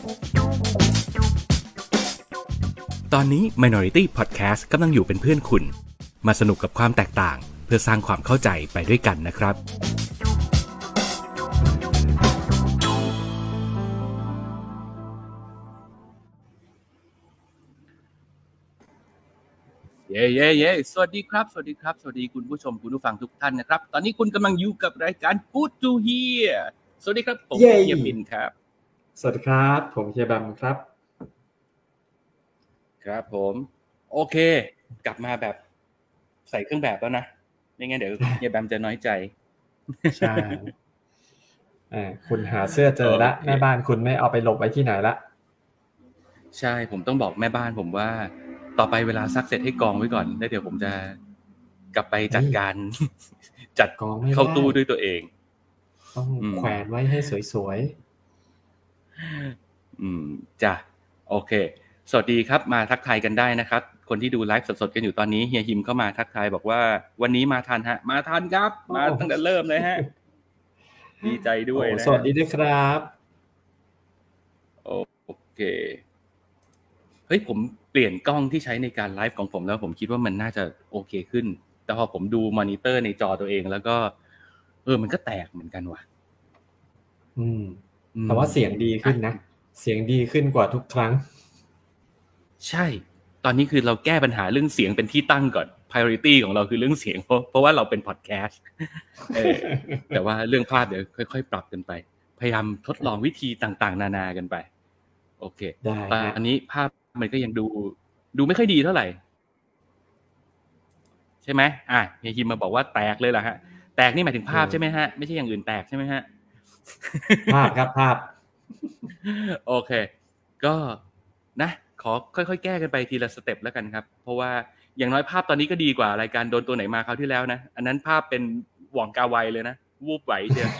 ตอนนี้ Minority Podcast กำลังอยู่เป็นเพื่อนคุณมาสนุกกับความแตกต่างเพื่อสร้างความเข้าใจไปด้วยกันนะครับเย้สวัสดีครับสวัสดีคุณผู้ชมคุณผู้ฟังทุกท่านนะครับตอนนี้คุณกำลังอยู่กับรายการ Good to Hear สวัสดีครับผมเฮียปินครับสวัสดีครับผมเฮียบัมครับครับผมโอเคกลับมาแบบใส่เครื่องแบบแล้วนะไม่งั้นเดี๋ยวเฮียแบมจะน้อยใจใช่คุณหาเสื้อเจอละแม่บ้านคุณไม่เอาไปหลบไว้ที่ไหนละใช่ผมต้องบอกแม่บ้านผมว่าต่อไปเวลาซักเสร็จให้กองไว้ก่อนแล้วเดี๋ยวผมจะกลับไปจัดการจัดกองเข้าตู้ด้วยตัวเองต้องแขวนไว้ให้สวยๆจ้ะโอเคสวัสดีครับมาทักทายกันได้นะครับคนที่ดูไลฟ์สดๆกันอยู่ตอนนี้เฮียฮิมเข้ามาทักทายบอกว่าวันนี้มาทันฮะมาทันครับมาตั้งแต่เริ่มเลยฮะดีใจด้วยนะสวัสดีด้วยครับโอเคเฮ้ยผมเปลี่ยนกล้องที่ใช้ในการไลฟ์ของผมแล้วผมคิดว่ามันน่าจะโอเคขึ้นแต่พอผมดูมอนิเตอร์ในจอตัวเองแล้วก็มันก็แตกเหมือนกันว่ะแต่ว่าเสียงดีขึ้นนะเสียงดีขึ้นกว่าทุกครั้งใช่ตอนนี้คือเราแก้ปัญหาเรื่องเสียงเป็นที่ตั้งก่อน priority ของเราคือเรื่องเสียงเพราะว่าเราเป็นพอดแคสต์แต่ว่าเรื่องภาพเดี๋ยวค่อยๆปรับกันไปพยายามทดลองวิธีต่างๆนานากันไปโอเคอันนี้ภาพมันก็ยังดูไม่ค่อยดีเท่าไหร่ใช่ไหมเฮียฮิมมาบอกว่าแตกเลยล่ะฮะแตกนี่หมายถึงภาพใช่ไหมฮะไม่ใช่อย่างอื่นแตกใช่ไหมฮะภาพครับภาพโอเคก็นะขอค่อยๆแก้กันไปทีละสเต็ปแล้วกันครับเพราะว่าอย่างน้อยภาพตอนนี้ก็ดีกว่ารายการโดนตัวไหนมาคราวที่แล้วนะอันนั้นภาพเป็นหว่องกาไวเลยนะวูบไหวเชียว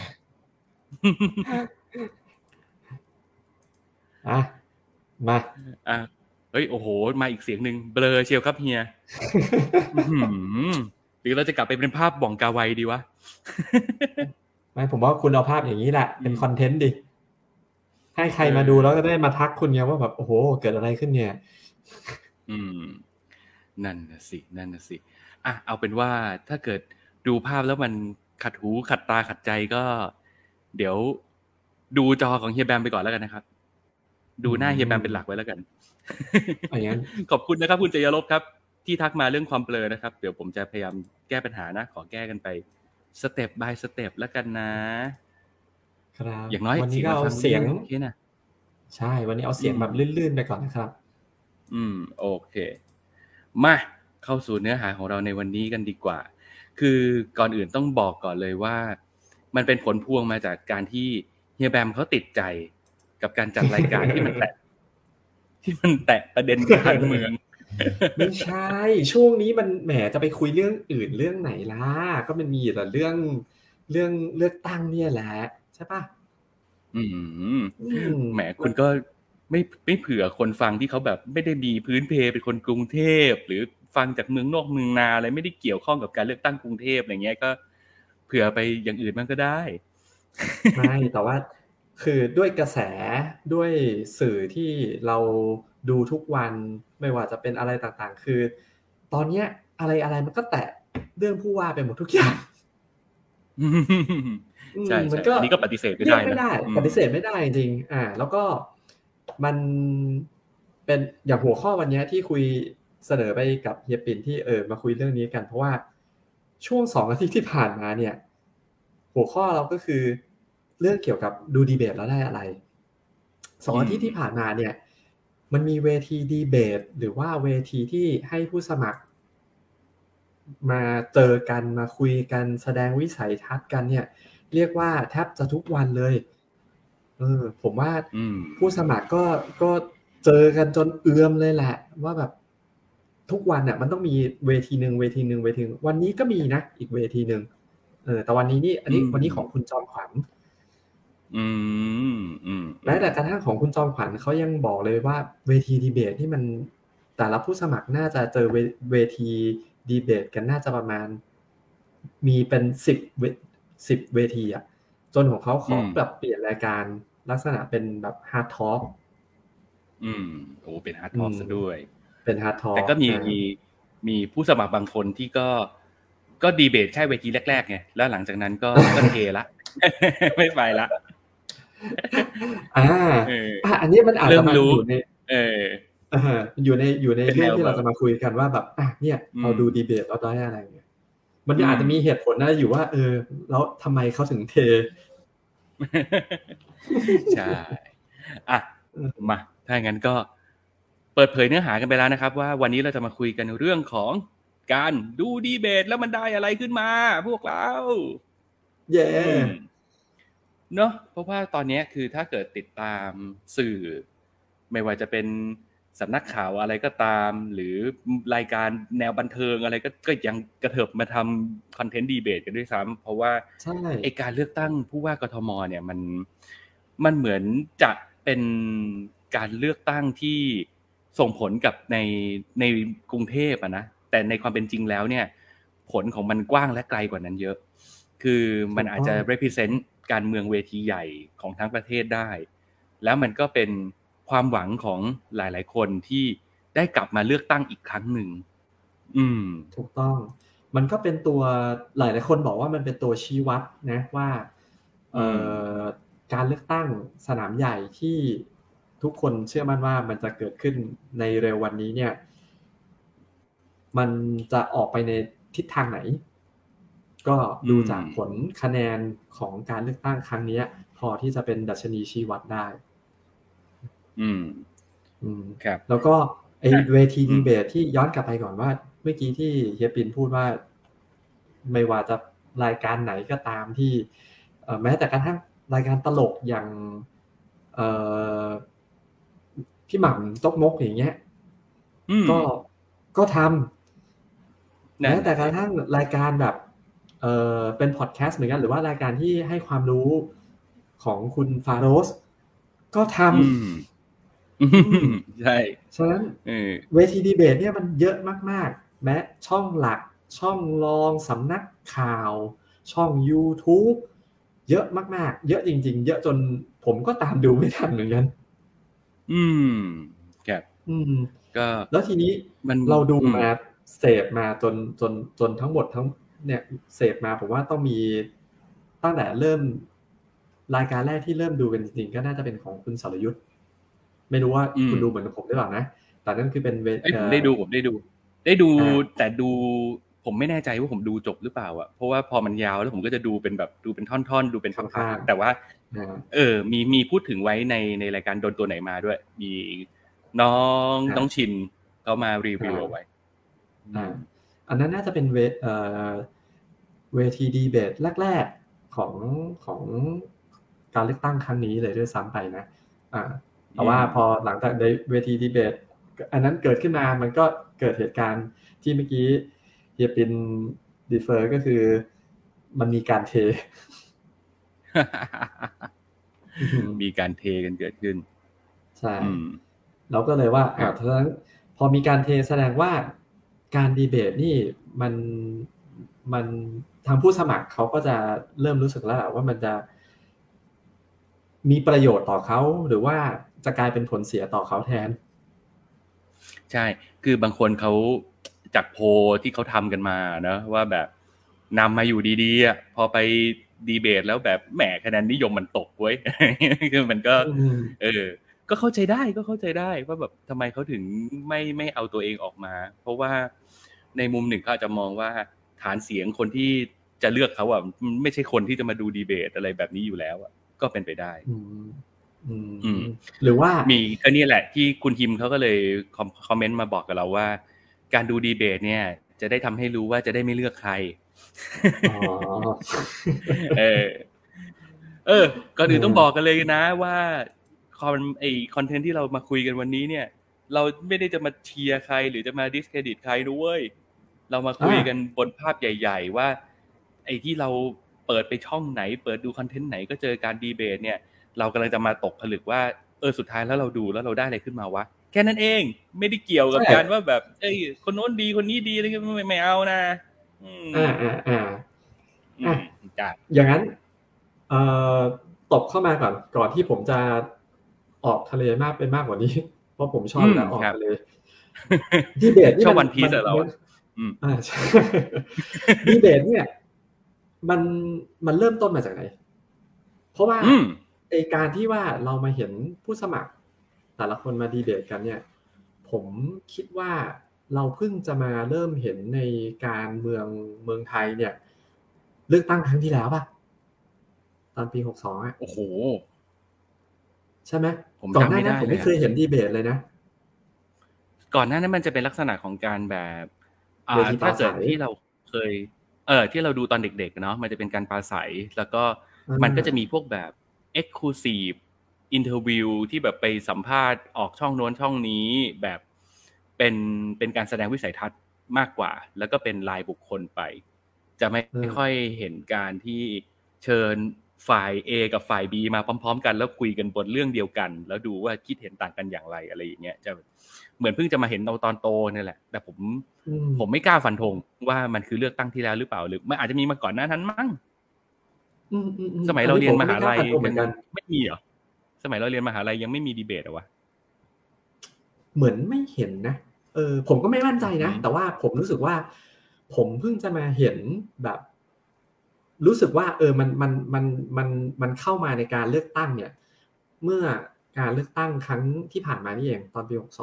มาเฮ้ยโอ้โหมาอีกเสียงนึงเบลอเชียวครับเฮียหรือเราจะกลับไปเป็นภาพหว่องกาไวดีวะไม่ผมว่าคุณเอาภาพอย่างนี้แหละเป็นคอนเทนต์ดิให้ใครมาดูแล้วก็ได้มาทักคุณไงว่าแบบโอ้โหเกิดอะไรขึ้นเนี่ยนั่นน่ะสิเอาเป็นว่าถ้าเกิดดูภาพแล้วมันขัดหูขัดตาขัดใจก็เดี๋ยวดูจอของเฮียแบมไปก่อนแล้วกันนะครับดูหน้าเฮียแบมเป็นหลักไว้แล้วกันขอบคุณนะครับคุณจยรบครับที่ทักมาเรื่องความเบลอนะครับเดี๋ยวผมจะพยายามแก้ปัญหานะขอแก้กันไปสเต็ป by สเต็ปแล้วกันนะครับอย่างน้อยวันนี้ก็เอาเสียงโอเคนะใช่วันนี้เอาเสียงแบบลื่นๆไปก่อนนะครับโอเคมาเข้าสู่เนื้อหาของเราในวันนี้กันดีกว่าคือก่อนอื่นต้องบอกก่อนเลยว่ามันเป็นผลพวงมาจากการที่เฮียแบมเขาติดใจกับการจัดรายการที่มันแตะประเด็นการเมืองไม่ใช่ช่วงนี้มันแหมจะไปคุยเรื่องอื่นเรื่องไหนล่ะก็มันมีแต่เรื่องเลือกตั้งเนี่ยแหละใช่ป่ะแหมคุณก็ไม่เผื่อคนฟังที่เขาแบบไม่ได้มีพื้นเพเป็นคนกรุงเทพหรือฟังจากเมืองนอกเมืองนาอะไรไม่ได้เกี่ยวข้องกับการเลือกตั้งกรุงเทพอะไรเงี้ยก็เผื่อไปอย่างอื่นมันก็ได้ไม่แต่ว่าคือด้วยกระแสด้วยสื่อที่เราดูทุกวันไม่ว่าจะเป็นอะไรต่างๆคือตอนนี้อะไรมันก็แตะเรื่องผู้ว่าไปหมดทุกอย่างใช่มันก็อันนี้ก็ปฏิเสธไม่ได้นะปฏิเสธไม่ได้จริงแล้วก็มันเป็นอย่างหัวข้อวันนี้ที่คุยเสนอไปกับเฮียปิ่นที่มาคุยเรื่องนี้กันเพราะว่าช่วง2 อาทิตย์ที่ผ่านมาเนี่ยหัวข้อเราก็คือเรื่องเกี่ยวกับดูดีเบตแล้วได้อะไร2 อาทิตย์ที่ผ่านมาเนี่ยมันมีเวทีดีเบตหรือว่าเวทีที่ให้ผู้สมัครมาเจอกันมาคุยกันแสดงวิสัยทัศน์กันเนี่ยเรียกว่าแทบจะทุกวันเลยผมว่าผู้สมัครก็เจอกันจนเอือมเลยแหละว่าแบบทุกวันเนี่ยมันต้องมีเวทีนึงวันนี้ก็มีนะอีกเวทีนึงแต่วันนี้นี่วันนี้ของคุณจอมขวัญและแต่กระทั่งของคุณจอมขวัญเขายังบอกเลยว่าเวทีดีเบตที่มันแต่ละผู้สมัครน่าจะเจอเวทีดีเบตกันน่าจะประมาณมีเป็น10เวทีอ่ะจนของเขาขอปรับเปลี่ยนรายการลักษณะเป็นแบบฮาร์ดทอล์กโอ้เป็นฮาร์ดทอล์กซะด้วยเป็นฮาร์ดทอล์กแต่ก็มีผู้สมัครบางคนที่ก็ดีเบตแค่เวทีแรกๆไงแล้วหลังจากนั้นก็เทละ ไม่ไปละอันนี้มันอาจจะมาอยู่ในอยู่ในเรื่องที่เราจะมาคุยกันว่าแบบเนี่ยเราดูดีเบตเราได้อะไรเนี่ยมันอาจจะมีเหตุผลนะอยู่ว่าแล้วทำไมเขาถึงเทใช่มาถ้างั้นก็เปิดเผยเนื้อหากันไปแล้วนะครับว่าวันนี้เราจะมาคุยกันเรื่องของการดูดีเบตแล้วมันได้อะไรขึ้นมาพวกเราเย้เนาะเพราะว่าตอนนี้คือถ้าเกิดติดตามสื่อไม่ว่าจะเป็นสำนักข่าวอะไรก็ตามหรือรายการแนวบันเทิงอะไรก็ยังกระเถิบมาทำคอนเทนต์ดีเบตกันด้วยซ้ำเพราะว่าไอการเลือกตั้งผู้ว่ากทมเนี่ยมันเหมือนจะเป็นการเลือกตั้งที่ส่งผลกับในกรุงเทพนะแต่ในความเป็นจริงแล้วเนี่ยผลของมันกว้างและไกลกว่านั้นเยอะคือมันอาจจะ represent การเมืองเวทีใหญ่ของทั้งประเทศได้แล้วมันก็เป็นความหวังของหลายๆคนที่ได้กลับมาเลือกตั้งอีกครั้งหนึ่งถูกต้องมันก็เป็นตัวหลายๆคนบอกว่ามันเป็นตัวชี้วัดนะว่าการเลือกตั้งสนามใหญ่ที่ทุกคนเชื่อมั่นว่ามันจะเกิดขึ้นในเร็ววันนี้เนี่ยมันจะออกไปในทิศทางไหนก็ดูจากผลคะแนนของการเลือกตั้งครั้งนี้พอที่จะเป็นดัชนีชี้วัดได้ครับแล้วก็ไอ้เวทีดีเบตที่ย้อนกลับไปก่อนว่าเมื่อกี้ที่เฮียปินพูดว่าไม่ว่าจะรายการไหนก็ตามที่แม้แต่กระทั่งรายการตลกอย่างพี่หม่ำจกมกอย่างเงี้ยก็ทำแม้แต่กระทั่งรายการแบบเป็นพอดแคสต์เหมือนกันหรือว่ารายการที่ให้ความรู้ของคุณฟาโรสก็ทำใช่ฉะนั้นเวทีดีเบตเนี่ยมันเยอะมากๆแม้ช่องหลักช่องรองสำนักข่าวช่อง YouTube เยอะมากๆเยอะจริงๆเยอะจนผมก็ตามดูไม่ทันเหมือนกันครับก็แล้วทีนี้เราดูมาเสพมาจนทั้งหมดทั้งเนี่ยเสพมาผมว่าต้องมีตั้งแต่เริ่มรายการแรกที่เริ่มดูกันจริงๆก็น่าจะเป็นของคุณสรยุทธไม่รู้ว่าคุณดูเหมือนกับผมหรือเปล่านะแต่นั่นคือเป็นผมได้ดูแต่ดูผมไม่แน่ใจว่าผมดูจบหรือเปล่าอ่ะเพราะว่าพอมันยาวแล้วผมก็จะดูเป็นแบบดูเป็นท่อนๆดูเป็นพักๆแต่ว่ามีพูดถึงไว้ในรายการโดนตัวไหนมาด้วยมีน้องชินเขามารีวิวเอาไว้อันนั้นน่าจะเป็นเวทีดีเบตแรกๆของการเลือกตั้งครั้งนี้เลยด้วยซ้ำไปนะแต่ว่าพอหลังจากในเวทีดีเบตอันนั้นเกิดขึ้นมามันก็เกิดเหตุการณ์ที่เมื่อกี้เฮียปินดีเฟอร์ก็คือมันมีการเทมีการเทกันเกิดขึ้นใช่เราก็เลยว่าเพราะฉะนั้นพอมีการเทแสดงว่าการดีเบตนี่มันทางผู้สมัครเขาก็จะเริ่มรู้สึกแล้วว่ามันจะมีประโยชน์ต่อเขาหรือว่าจะกลายเป็นผลเสียต่อเขาแทนใช่คือบางคนเขาจากโพลที่เขาทำกันมานะว่าแบบนำมาอยู่ดีๆอ่ะพอไปดีเบตแล้วแบบแหมคะแนนนิยมมันตกเว้ยคือมันก็ก็เข้าใจได้ว่าแบบทำไมเขาถึงไม่เอาตัวเองออกมาเพราะว่าในมุมหนึ่งเขาอาจจะมองว่าฐานเสียงคนที่จะเลือกเขาอ่ะไม่ใช่คนที่จะมาดูดีเบตอะไรแบบนี้อยู่แล้วอ่ะก็เป็นไปได้หรือว่ามีก็นี่แหละที่คุณฮิมเขาก็เลยคอมเมนต์มาบอกกับเราว่าการดูดีเบตเนี่ยจะได้ทำให้รู้ว่าจะได้ไม่เลือกใครก่อนอื่นต้องบอกกันเลยนะว่าคอนเทนต์ที่เรามาคุยกันวันนี้เนี่ยเราไม่ได้จะมาเชียร์ใครหรือจะมาดิสเครดิตใครด้วยเรามาคุยกันบนภาพใหญ่ๆว่าไอ้ที่เราเปิดไปช่องไหนเปิดดูคอนเทนต์ไหนก็เจอการดีเบตเนี่ยเรากำลังจะมาตกผลึกว่าสุดท้ายแล้วเราดูแล้วเราได้อะไรขึ้นมาวะแค่นั้นเองไม่ได้เกี่ยวกับการว่าแบบคนโน้นดีคนนี้ดีอะไรก็ไม่เอานะอย่างนั้นตบเข้ามาก่อนที่ผมจะออกทะเลมากกว่านี้เพราะผมชอบแล้วออกไปเลยดีเบตชนี่อบวันพีซเราใช่ดีเบตเนี่ยมันเริ่มต้นมาจากไหนเพราะว่าไอการที่ว่าเรามาเห็นผู้สมัครแต่ละคนมาดีเบตกันเนี่ยผมคิดว่าเราเพิ่งจะมาเริ่มเห็นในการเมืองไทยเนี่ยเลือกตั้งครั้งที่แล้วป่ะตอนปี62อ่ะโอ้โหใช่ไหมก่อนหน้านั้นผมไม่เคยเห็นดีเบตเลยนะก่อนหน้านั้นมันจะเป็นลักษณะของการแบบถ้าเกิดที่เราเคยที่เราดูตอนเด็กๆเนาะมันจะเป็นการปราศัยแล้วก็มันก็จะมีพวกแบบ exclusive interview ที่แบบไปสัมภาษณ์ออกช่องโน้นช่องนี้แบบเป็นการแสดงวิสัยทัศน์มากกว่าแล้วก็เป็นรายบุคคลไปจะไม่ค่อยเห็นการที่เชิญฝ่าย A กับฝ่าย B มาพร้อมๆกันแล้วคุยกันบนเรื่องเดียวกันแล้วดูว่าคิดเห็นต่างกันอย่างไรอะไรอย่างเงี้ยจะเหมือนเพิ่งจะมาเห็นตอนโตนี่แหละแต่ผมไม่กล้าฟันธงว่ามันคือเลือกตั้งที่แล้วหรือเปล่าหรือมันอาจจะมีมาก่อนหน้านั้นมั้งสมัยเราเรียนมหาลัยไม่มีเหรอสมัยเราเรียนมหาลัยยังไม่มีดีเบตเหรอวะเหมือนไม่เห็นนะผมก็ไม่มั่นใจนะแต่ว่าผมรู้สึกว่าผมเพิ่งจะมาเห็นแบบรู้สึกว่ามันเข้ามาในการเลือกตั้งเนี่ยเมื่อการเลือกตั้งครั้งที่ผ่านมานี่เองตอนปี62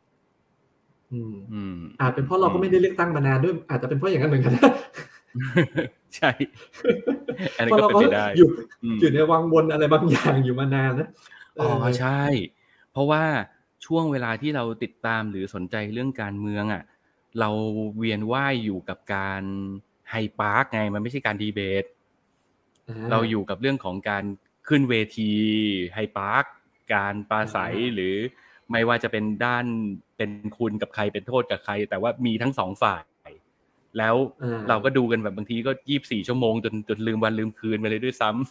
อาจเป็นเพราะเราก็ไม่ได้เลือกตั้งมานานด้วยอาจจะเป็นเพราะอย่างนั้นเหมือนกันใช่อันนี้ก็เป็นไปได้อยู่ในวังวนอะไรบางอย่างอยู่มานานนะอ๋อใช่เพราะว่าช่วงเวลาที่เราติดตามหรือสนใจเรื่องการเมืองอ่ะเราเวียนว่ายอยู่กับการไฮปาร์คไงมันไม่ใช่การดีเบตเราอยู่กับเรื่องของการขึ้นเวทีไฮปาร์คการปราศัยหรือไม่ว่าจะเป็นด้านเป็นคุณกับใครเป็นโทษกับใครแต่ว่ามีทั้งสองฝ่ายแล้วเราก็ดูกันแบบบางทีก็24ชั่วโมงจนลืมวันลืมคืนไปเลยด้วยซ้ำ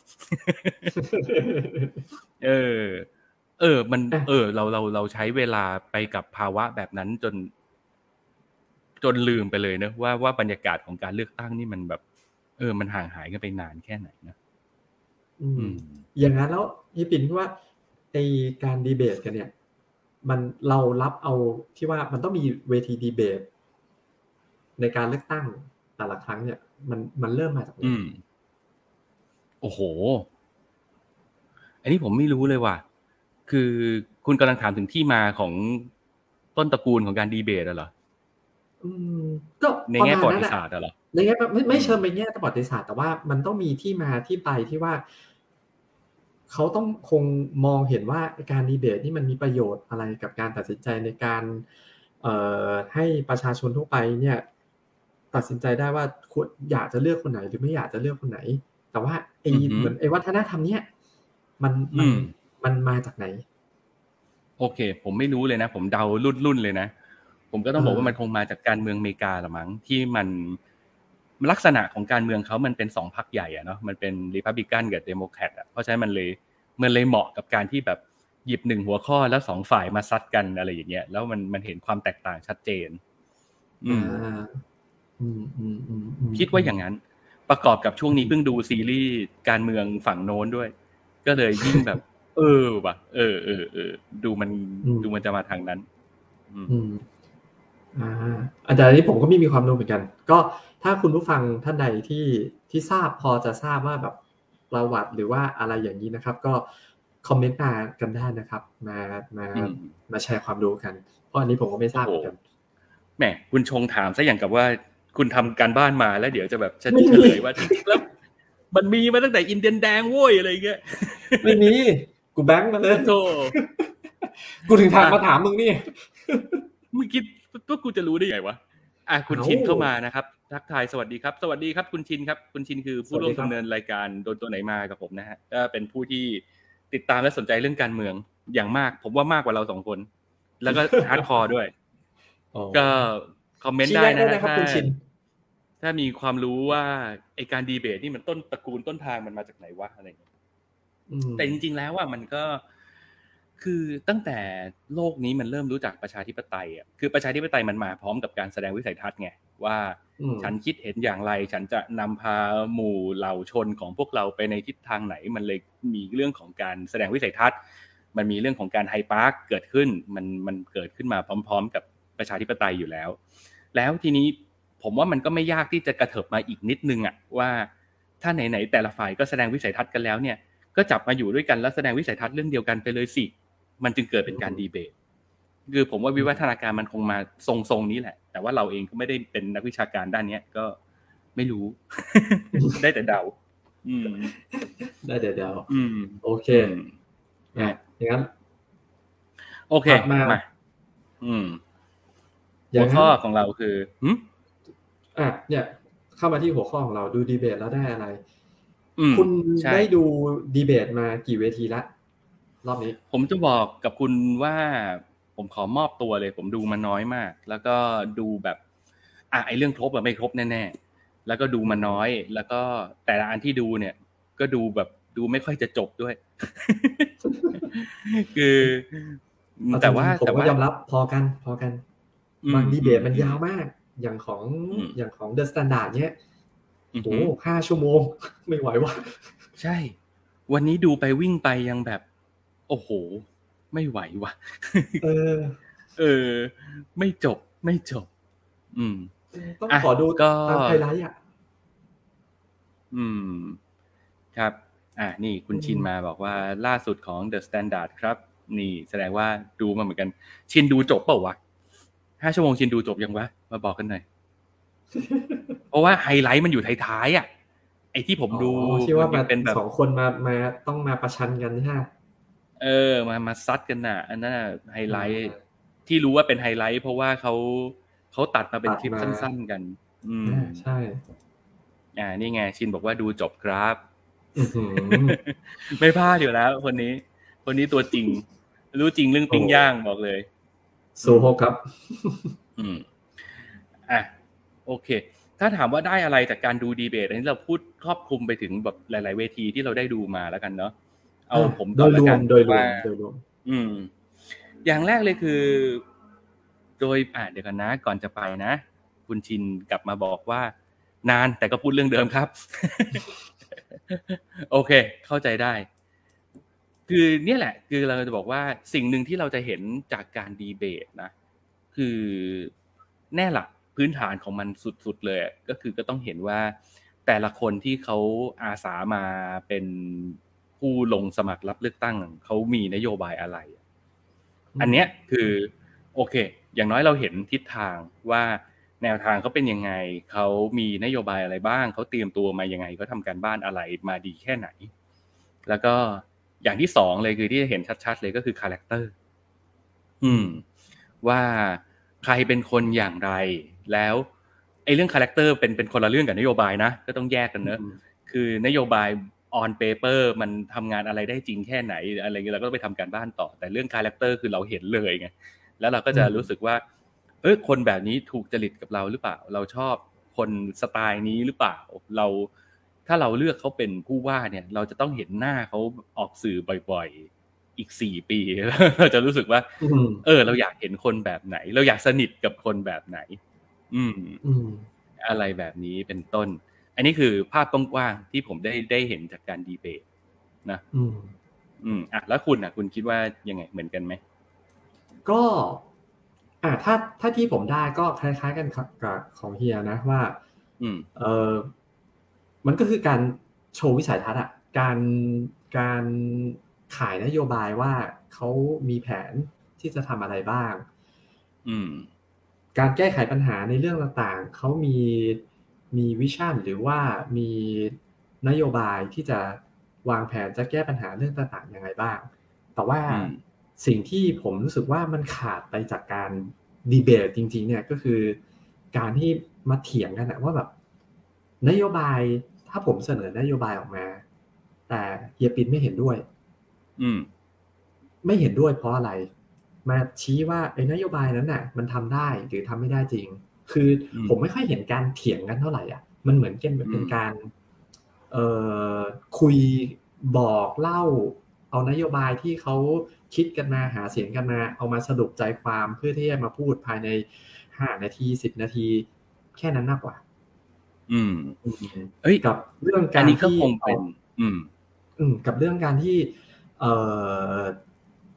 มันเราใช้เวลาไปกับภาวะแบบนั้นจนลืมไปเลยนะว่าบรรยากาศของการเลือกตั้งนี่มันแบบมันห่างหายกันไปนานแค่ไหนนะอย่างนั้นแล้วพี่ปิ่นว่าไอการดีเบตกันเนี่ยมันเรารับเอาที่ว่ามันต้องมีเวทีดีเบตในการเลือกตั้งแต่ละครั้งเนี่ยมันเริ่มมาจากไหนโอ้โหอันนี้ผมไม่รู้เลยว่ะคือคุณกำลังถามถึงที่มาของต้นตระกูลของการดีเบตเหรอก็ในแง่ประวัติศาสตร์เหรอในแง่ไม่เชิงไปแง่ประวัติศาสตร์แต่ว่ามันต้องมีที่มาที่ไปที่ว่าเขาต้องคงมองเห็นว่าการดีเบตนี่มันมีประโยชน์อะไรกับการตัดสินใจในการให้ประชาชนทั่วไปเนี่ยตัดสินใจได้ว่าอยากจะเลือกคนไหนหรือไม่อยากจะเลือกคนไหนแต่ว่าเหมือนวัฒนธรรมเนี้ยมันมาจากไหนโอเคผมไม่รู้เลยนะผมเดารุ่นเลยนะผมก็ต้องบอกว่ามันคงมาจากการเมืองอเมริกาละมั้งที่มันลักษณะของการเมืองเขามันเป็น2พรรคใหญ่อ่ะเนาะมันเป็นรีพับลิกันกับเดโมแครตอ่ะเพราะฉะนั้นมันเลยเหมาะกับการที่แบบหยิบ1หัวข้อแล้ว2ฝ่ายมาซัดกันอะไรอย่างเงี้ยแล้วมันเห็นความแตกต่างชัดเจนคิดว่าอย่างนั้นประกอบกับช่วงนี้เพิ่งดูซีรีส์การเมืองฝั่งโน้นด้วยก็เลยยิ่งแบบว่ะดูมันจะมาทางนั้นอาจารย์นี้ผมก็ไม่มีความรู้เหมือนกันก็ถ้าคุณผู้ฟังท่านใดที่ทราบพอจะทราบว่าแบบประวัติหรือว่าอะไรอย่างนี้นะครับก็คอมเมนต์มากันได้นะครับมาแชร์ความรู้กันเพราะอันนี้ผมก็ไม่ทราบเหมือนกันแหมคุณชงถามซะอย่างกับว่าคุณทำการบ้านมาแล้วเดี๋ยวจะแบบเฉลยว่าจริงๆแล้วมันมีมาตั้งแต่อินเดียนแดงโว้ยอะไรเงี้ยไม่มีกูแบงค์มาเลยโธ่กูถึงมาถามมึงนี่มึงคิดว่ากูจะรู้ได้ไงวะคุณชินเข้ามานะครับทักทายสวัสดีครับสวัสดีครับคุณชินครับคุณชินคือผู้ร่วมดำเนินรายการโดนตัวไหนมากับผมนะฮะก็เป็นผู้ที่ติดตามและสนใจเรื่องการเมืองอย่างมากผมว่ามากกว่าเรา2คนแล้วก็ฮาร์ดคอร์ด้วยก็คอมเมนต์ได้นะครับถ้ามีความรู้ว่าไอ้การดีเบตนี่มันต้นตระกูลต้นทางมันมาจากไหนวะอะไรอย่างเงี้ยแต่จริงๆแล้วว่ามันก็คือตั้งแต่โลกนี้มันเริ่มรู้จักประชาธิปไตยอ่ะคือประชาธิปไตยมันมาพร้อมกับการแสดงวิสัยทัศน์ไงว่าฉันคิดเห็นอย่างไรฉันจะนำพาหมู่เหล่าชนของพวกเราไปในทิศทางไหนมันเลยมีเรื่องของการแสดงวิสัยทัศน์มันมีเรื่องของการไฮปาร์คเกิดขึ้นมันเกิดขึ้นมาพร้อมๆกับประชาธิปไตยอยู่แล้วทีนี้ผมว่ามันก็ไม่ยากที่จะกระเถิบมาอีกนิดนึงอ่ะว่าถ้าไหนๆแต่ละฝ่ายก็แสดงวิสัยทัศน์กันแล้วเนี่ยก็จับมาอยู่ด้วยกันแล้วแสดงวิสัยทัศน์เรื่องเดียวกันไปเลยสิมันจึงเกิดเป็นการดีเบตคือผมว่าวิวัฒนาการมันคงมาทรงๆนี้แหละแต่ว่าเราเองก็ไม่ได้เป็นนักวิชาการด้านนี้ก็ไม่รู้ ได้แต่เดาได้แต่เดาโอเคอย่างนั้นโอเคมาหัวข้อของเราคือเนี่ยเข้ามาที่หัวข้อของเราดูดีเบตแล้วได้อะไรคุณได้ดูดีเบตมากี่เวทีละรอบนี้ผมจะบอกกับคุณว่าผมขอมอบตัวเลยผมดูมาน้อยมากแล้วก็ดูแบบไอ้เรื่องครบแบบไม่ครบแน่ๆแล้วก็ดูมาน้อยแล้วก็แต่ละอันที่ดูเนี่ยก็ดูแบบดูไม่ค่อยจะจบด้วย คือแต่ว่ายอมรับพอกันบางดีเบตมันยาวมากอย่างของ The Standard เนี่ยโอ้5 ชั่วโมงไม่ไหวว่ะใช่วันนี้ดูไปวิ่งไปยังแบบโอ้โหไม่ไหวว่ะไม่จบต้องขอดูตามไฮไลท์ครับนี่คุณชินมาบอกว่าล่าสุดของ The Standard ครับนี่แสดงว่าดูมาเหมือนกันชินดูจบเปล่าวะ5 ชั่วโมงชินดูจบยังวะมาบอกกันหน่อยเพราะว่าไฮไลท์มันอยู่ท้ายๆไอ้ที่ผมดูที่ว่ามันเป็นแบบ2คนมาต้องมาประชันกันใช่ไหมมาซัดกันน่ะอันนั้นไฮไลท์ที่รู้ว่าเป็นไฮไลท์เพราะว่าเขาตัดมาเป็นคลิปสั้นๆกันใช่นี่ไงชินบอกว่าดูจบครับไม่พลาดอยู่แล้วคนนี้ตัวจริงรู้จริงเรื่องปิ้งย่างบอกเลยสู้โฮครับโอเคถ้าถามว่าได้อะไรจากการดูดีเบตอันนี้เราพูดครอบคลุมไปถึงแบบหลายๆเวทีที่เราได้ดูมาแล้วกันเนาะเอาผมโดยรวมอย่างแรกเลยคือโดยเดี๋ยวกันนะก่อนจะไปนะคุณชินกลับมาบอกว่านานแต่ก็พูดเรื่องเดิมครับ โอเคเข้าใจได้คือเนี่ยแหละคือเราจะบอกว่าสิ่งหนึ่งที่เราจะเห็นจากการดีเบตนะคือแน่ละพื้นฐานของมันสุดๆเลยก็คือก็ต้องเห็นว่าแต่ละคนที่เขาอาสามาเป็นผู้ลงสมัครรับเลือกตั้งเขามีนโยบายอะไรอันเนี้ยคือโอเคอย่างน้อยเราเห็นทิศทางว่าแนวทางเขาเป็นยังไงเขามีนโยบายอะไรบ้างเขาเตรียมตัวมายังไงเขาทำการบ้านอะไรมาดีแค่ไหนแล้วก็อย่างที่2เลยคือที่เห็นชัดๆเลยก็คือคาแรคเตอร์ว่าใครเป็นคนอย่างไรแล้วไอ้เรื่องคาแรคเตอร์เป็นคนละเรื่องกับนโยบายนะก็ต้องแยกกันเนอะคือนโยบาย on paper มันทำงานอะไรได้จริงแค่ไหนอะไรเงี้ยเราก็ต้องไปทำการบ้านต่อแต่เรื่องคาแรคเตอร์คือเราเห็นเลยไงแล้วเราก็จะรู้สึกว่าคนแบบนี้ถูกจริตกับเราหรือเปล่าเราชอบคนสไตล์นี้หรือเปล่าถ้าเราเลือกเขาเป็นผู้ว่าเนี่ยเราจะต้องเห็นหน้าเขาออกสื่อบ่อยๆอีก4 ปีเราจะรู้สึกว่าเราอยากเห็นคนแบบไหนเราอยากสนิทกับคนแบบไหนอะไรแบบนี้เป็นต้นอันนี้คือภาพกว้างๆที่ผมได้เห็นจากการดีเบตนะแล้วคุณคิดว่ายังไงเหมือนกันไหมก็ถ้าที่ผมได้ก็คล้ายๆกันกับของเฮียนะว่ามันก็คือการโชว์วิสัยทัศน์การขายนโยบายว่าเขามีแผนที่จะทำอะไรบ้างการแก้ไขปัญหาในเรื่องต่างๆเขามีวิชั่นหรือว่ามีนโยบายที่จะวางแผนจะแก้ปัญหาเรื่องต่างๆยังไงบ้างแต่ว่าสิ่งที่ผมรู้สึกว่ามันขาดไปจากการดีเบตจริงๆเนี่ยก็คือการที่มาเถียงกันนะว่าแบบนโยบายถ้าผมเสนอนโยบายออกมาแต่เฮียปินไม่เห็นด้วยไม่เห็นด้วยเพราะอะไรมาชี้ว่าไอ้นโยบายนั้นน่ะมันทำได้หรือทำไม่ได้จริงคือผมไม่ค่อยเห็นการเถียงกันเท่าไหร่อ่ะมันเหมือนเป็นการคุยบอกเล่าเอานโยบายที่เขาคิดกันมาหาเสียงกันมาเอามาสรุปใจความเพื่อที่จะมาพูดภายใน5 นาที10 นาทีแค่นั้นมากกว่ากับเรื่องการที่กับเรื่องการที่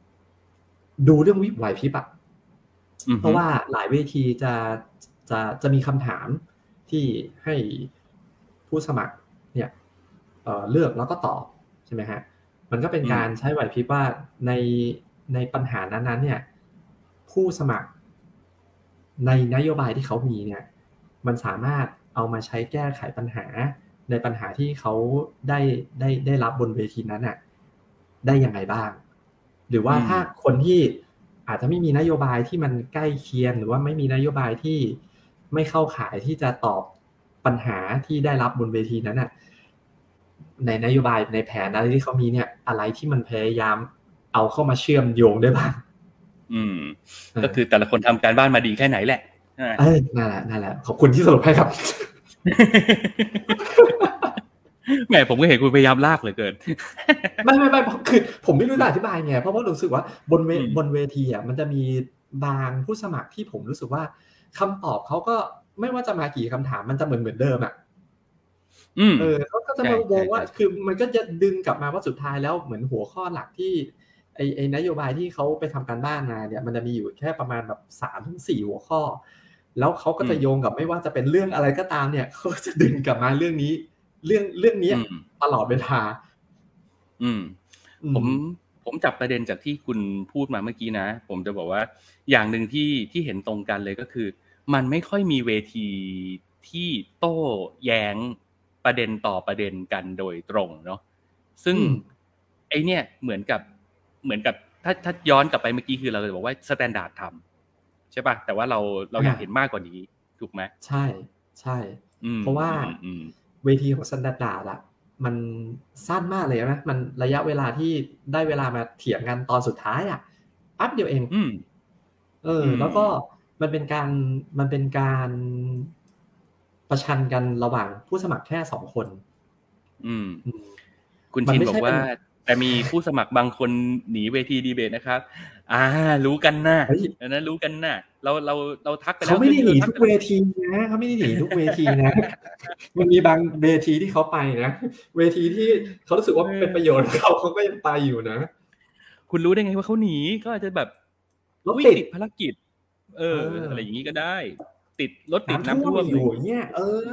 ดูเรื่องไหวพริบอะเพราะว่าว่าหลายเวทีจะมีคำถามที่ให้ผู้สมัครเนี่ยเลือกแล้วก็ตอบใช่ไหมฮะมันก็เป็นการใช้ไหวพริบว่าในปัญหานั้นๆเนี่ยผู้สมัครในนโยบายที่เขามีเนี่ยมันสามารถเอามาใช้แก้ไขปัญหาในปัญหาที่เขาได้รับบนเวทีนั้นน่ะได้ยังไงบ้างหรือว่าถ้าคนที่อาจจะไม่มีนโยบายที่มันใกล้เคียงหรือว่าไม่มีนโยบายที่ไม่เข้าข่ายที่จะตอบปัญหาที่ได้รับบนเวทีนั้นน่ะในนโยบายในแผนอะไรที่เขามีเนี่ยอะไรที่มันพยายามเอาเข้ามาเชื่อมโยงได้บ้างก็คือแต่ละคนทำการบ้านมาดีแค่ไหนแหละนั่นแหละขอบคุณที่สรุปให้ครับแหมผมก็เห็นคุณพยายามลากเหลือเกินไม่คือผมไม่รู้จะอธิบายไงเพราะว่ารู้สึกว่าบนเวทีอ่ะมันจะมีบางผู้สมัครที่ผมรู้สึกว่าคำตอบเขาก็ไม่ว่าจะมากี่คำถามมันจะเหมือนเดิมอ่ะเขาก็จะมามองว่าคือมันก็จะดึงกลับมาว่าสุดท้ายแล้วเหมือนหัวข้อหลักที่ไอ้นโยบายที่เขาไปทำการบ้านมาเนี่ยมันจะมีอยู่แค่ประมาณแบบ 3-4 หัวข้อแล้วเขาก็จะโยงกับไม่ว่าจะเป็นเรื่องอะไรก็ตามเนี่ยเขาก็จะดึงกลับมาเรื่องนี้เรื่องนี้ตลอดเวลาผมจับประเด็นจากที่คุณพูดมาเมื่อกี้นะผมจะบอกว่าอย่างหนึ่งที่เห็นตรงกันเลยก็คือมันไม่ค่อยมีเวทีที่โต้แย้งประเด็นต่อประเด็นกันโดยตรงเนาะซึ่งไอเนี่ยเหมือนกับถ้าย้อนกลับไปเมื่อกี้คือเราจะบอกว่าสแตนดาร์ดทำใช่ป่ะแต่ว่าเราอยากเห็นมากกว่านี้ถูกไหมใช่เพราะว่าเวทีของสแตนดาร์ดอะมันสั้นมากเลยนะมันระยะเวลาที่ได้เวลามาเถียงกันตอนสุดท้ายอ่ะแป๊บเดียวเองแล้วก็มันเป็นการประชันกันระหว่างผู้สมัครแค่2 คนคุณชินบอกว่าแต่มีผู้สมัครบางคนหนีเวทีดีเบตนะครับรู้กันนะนะรู้กันนะเราทักไปแล้วเขาไม่ได้หนีทุกเวทีนะเขาไม่ได้หนีทุกเวทีนะมันมีบางเวทีที่เขาไปนะเวทีที่เขารู้สึกว่าเป็นประโยชน์เขาก็ยังไปอยู่นะคุณรู้ได้ไงว่าเขาหนีก็อาจจะแบบติดภารกิจอะไรอย่างนี้ก็ได้ติดรถติดน้ำท่วมอยู่เนี่ย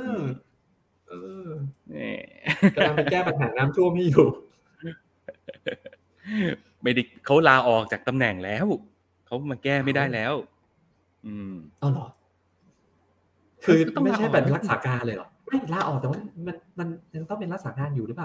กำลังไปแก้ปัญหาน้ำท่วมให้อยู่ไม่ได้เขาลาออกจากตำแหน่งแล้วเขามาแก้ไม่ได้แล้วเหรอคือไม่ใช่แบบรักษาการเลยเหรอไม่ลาออกแต่ว่ามันยังต้องเป็นรักษาการอยู่หรือเปล่า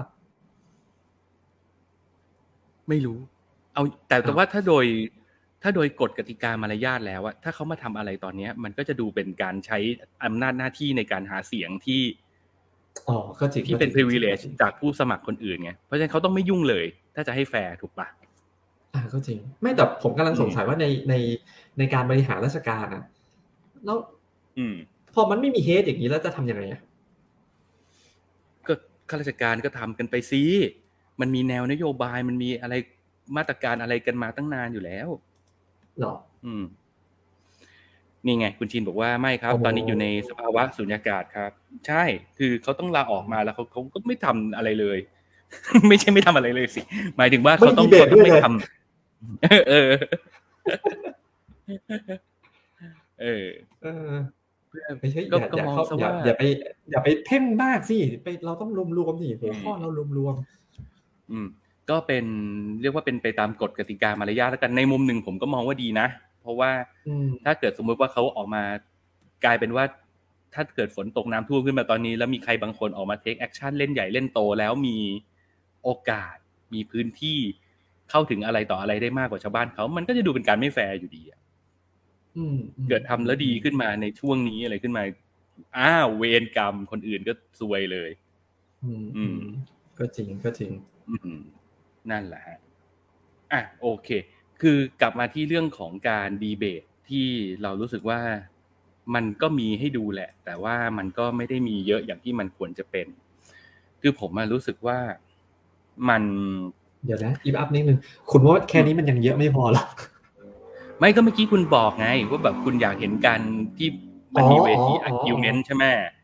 ไม่รู้เอาแต่ว่าถ้าโดยกฎกติกามารยาทแล้วอะถ้าเขามาทำอะไรตอนนี้มันก็จะดูเป็นการใช้อำนาจหน้าที่ในการหาเสียงที่ก็จริงที่เป็น privilege จากผู้สมัครคนอื่นไงเพราะฉะนั้นเขาต้องไม่ยุ่งเลยถ้าจะให้แฟร์ถูกปะก็จริงไม่แต่ผมกำลังสงสัยว่าในการบริหารราชการอ่ะแล้วพอมันไม่มีเฮดอย่างนี้แล้วจะทำยังไงอ่ะก็ข้าราชการก็ทำกันไปซิมันมีแนวนโยบายมันมีอะไรมาตรการอะไรกันมาตั้งนานอยู่แล้วหรอนี่ไงคุณชินบอกว่าไม่ครับตอนนี้อยู่ในสภาวะสุญญากาศครับใช่คือเขาต้องลาออกมาแล้วเขาก็ไม่ทำอะไรเลยไม่ใช่ไม่ทำอะไรเลยสิหมายถึงว่าเขาต้องไม่ทำไม่ใช่อย่าไปเพ่งมากสิไปเราต้องรวมๆสิหัวข้อเรารวมก็เป็นเรียกว่าเป็นไปตามกฎกติกามารยาทแล้วกันในมุมหนึ่งผมก็มองว่าดีนะเพราะว่าถ้าเกิดสมมติว่าเขาออกมากลายเป็นว่าถ้าเกิดฝนตกน้ำท่วมขึ้นมาตอนนี้แล้วมีใครบางคนออกมาเทคแอคชั่นเล่นใหญ่เล่นโตแล้วมีโอกาสมีพื้นที่เข้าถึงอะไรต่ออะไรได้มากกว่าชาวบ้านเขามันก็จะดูเป็นการไม่แฟร์อยู่ดีเกิดทำแล้วดีขึ้นมาในช่วงนี้อะไรขึ้นมาเวรกรรมคนอื่นก็ซวยเลยก็จริงนั่นแหละฮะโอเคคือกลับมาที่เรื่องของการดีเบตที่เรารู้สึกว่ามันก็มีให้ดูแหละแต่ว่ามันก็ไม่ได้มีเยอะอย่างที่มันควรจะเป็นคือผมรู้สึกว่ามันเดี๋ยวนะอีฟอัพนิดนึงคุณว่าแค่นี้มันยังเยอะไม่พอหรอไม่ก็เมื่อกี้คุณบอกไงว่าแบบคุณอยากเห็นการที่มันมีเวที argument ใช่ไหม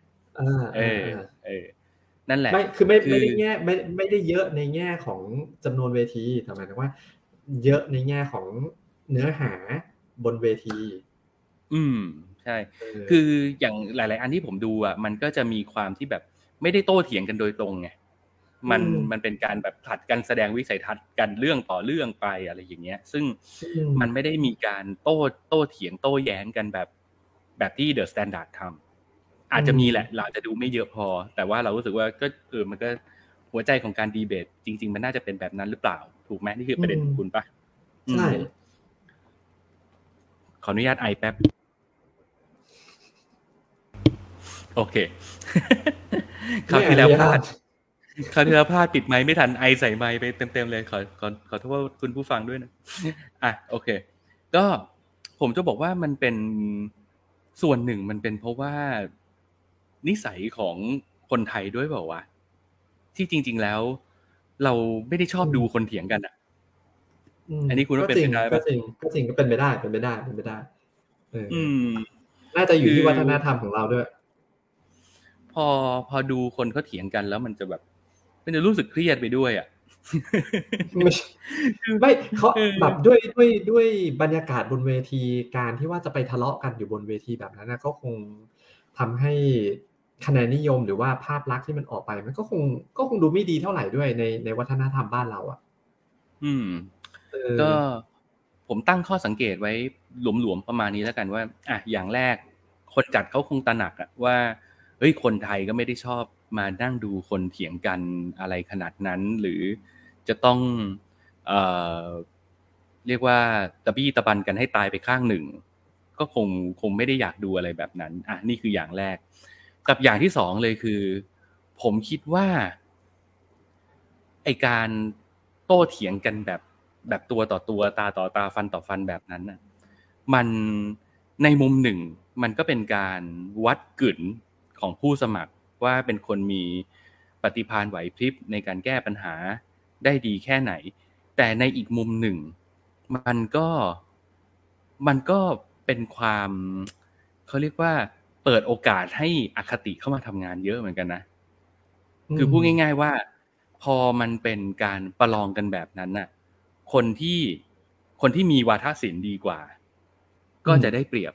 นั่นแหละไม่คือไม่ได้แง่ไม่ได้เยอะในแง่ของจำนวนเวทีแต่หมายถึงว่าเยอะในแง่ของเนื้อหาบนเวทีใช่คืออย่างหลายๆอันที่ผมดูอ่ะมันก็จะมีความที่แบบไม่ได้โต้เถียงกันโดยตรงไงมันเป็นการแบบผลัดกันแสดงวิสัยทัศน์กันเรื่องต่อเรื่องไปอะไรอย่างเงี้ยซึ่งมันไม่ได้มีการโต้เถียงโต้แย้งกันแบบที่ The Standard ทำอาจจะมีแหละเราจะดูไม่เยอะพอแต่ว่าเรารู้สึกว่าก็มันก็หัวใจของการดีเบตจริงๆมันน่าจะเป็นแบบนั้นหรือเปล่าถูกไหมนี่คือประเด็นของคุณปะใช่ขออนุญาตไอแป๊บโอเคคราวที่แล้วพลาดปิดไมค์ไม่ทันไอใส่ไมค์ไปเต็มๆเลยขอโทษคุณผู้ฟังด้วยนะโอเคก็ผมจะบอกว่ามันเป็นส่วนหนึ่งมันเป็นเพราะว่านิสัยของคนไทยด้วยเปล่าวะที่จริงๆแล้วเราไม่ได้ชอบดูคนเถียงกันอ่ะอันนี้คุณว่าเป็นไปได้ก็จริงก็เป็นไปได้น่าจะอยู่ที่วัฒนธรรมของเราด้วยพอดูคนเขาเถียงกันแล้วมันจะแบบมันจะรู้สึกเครียดไปด้วยอ่ะไม่เขาแบบด้วยบรรยากาศบนเวทีการที่ว่าจะไปทะเลาะกันอยู่บนเวทีแบบนั้นนะก็คงทำให้คะแนนนิยมหรือว่าภาพลักษณ์ที่มันออกไปมันก็คงดูไม่ดีเท่าไหร่ด้วยในวัฒนธรรมบ้านเราอ่ะก็ผมตั้งข้อสังเกตไว้หลวมๆประมาณนี้แล้วกันว่าอย่างแรกคนจัดเขาคงตระหนักว่าเฮ้ยคนไทยก็ไม่ได้ชอบมานั่งดูคนเถียงกันอะไรขนาดนั้นหรือจะต้องเรียกว่าตะบี้ตะบันกันให้ตายไปข้างหนึ่งก็คงไม่ได้อยากดูอะไรแบบนั้นนี่คืออย่างแรกกับอย่างที่สองเลยคือผมคิดว่าไอการโต้เถียงกันแบบตัวต่อตัวตาต่อตาฟันต่อฟันแบบนั้นน่ะมันในมุมหนึ่งมันก็เป็นการวัดกึ่นของผู้สมัครว่าเป็นคนมีปฏิภาณไหวพริบในการแก้ปัญหาได้ดีแค่ไหนแต่ในอีกมุมหนึ่งมันก็เป็นความเขาเรียกว่าเปิดโอกาสให้อคติเข้ามาทำงานเยอะเหมือนกันนะคือพูดง่ายๆว่าพอมันเป็นการประลองกันแบบนั้นน่ะคนที่มีวาทศิลป์ดีกว่าก็จะได้เปรียบ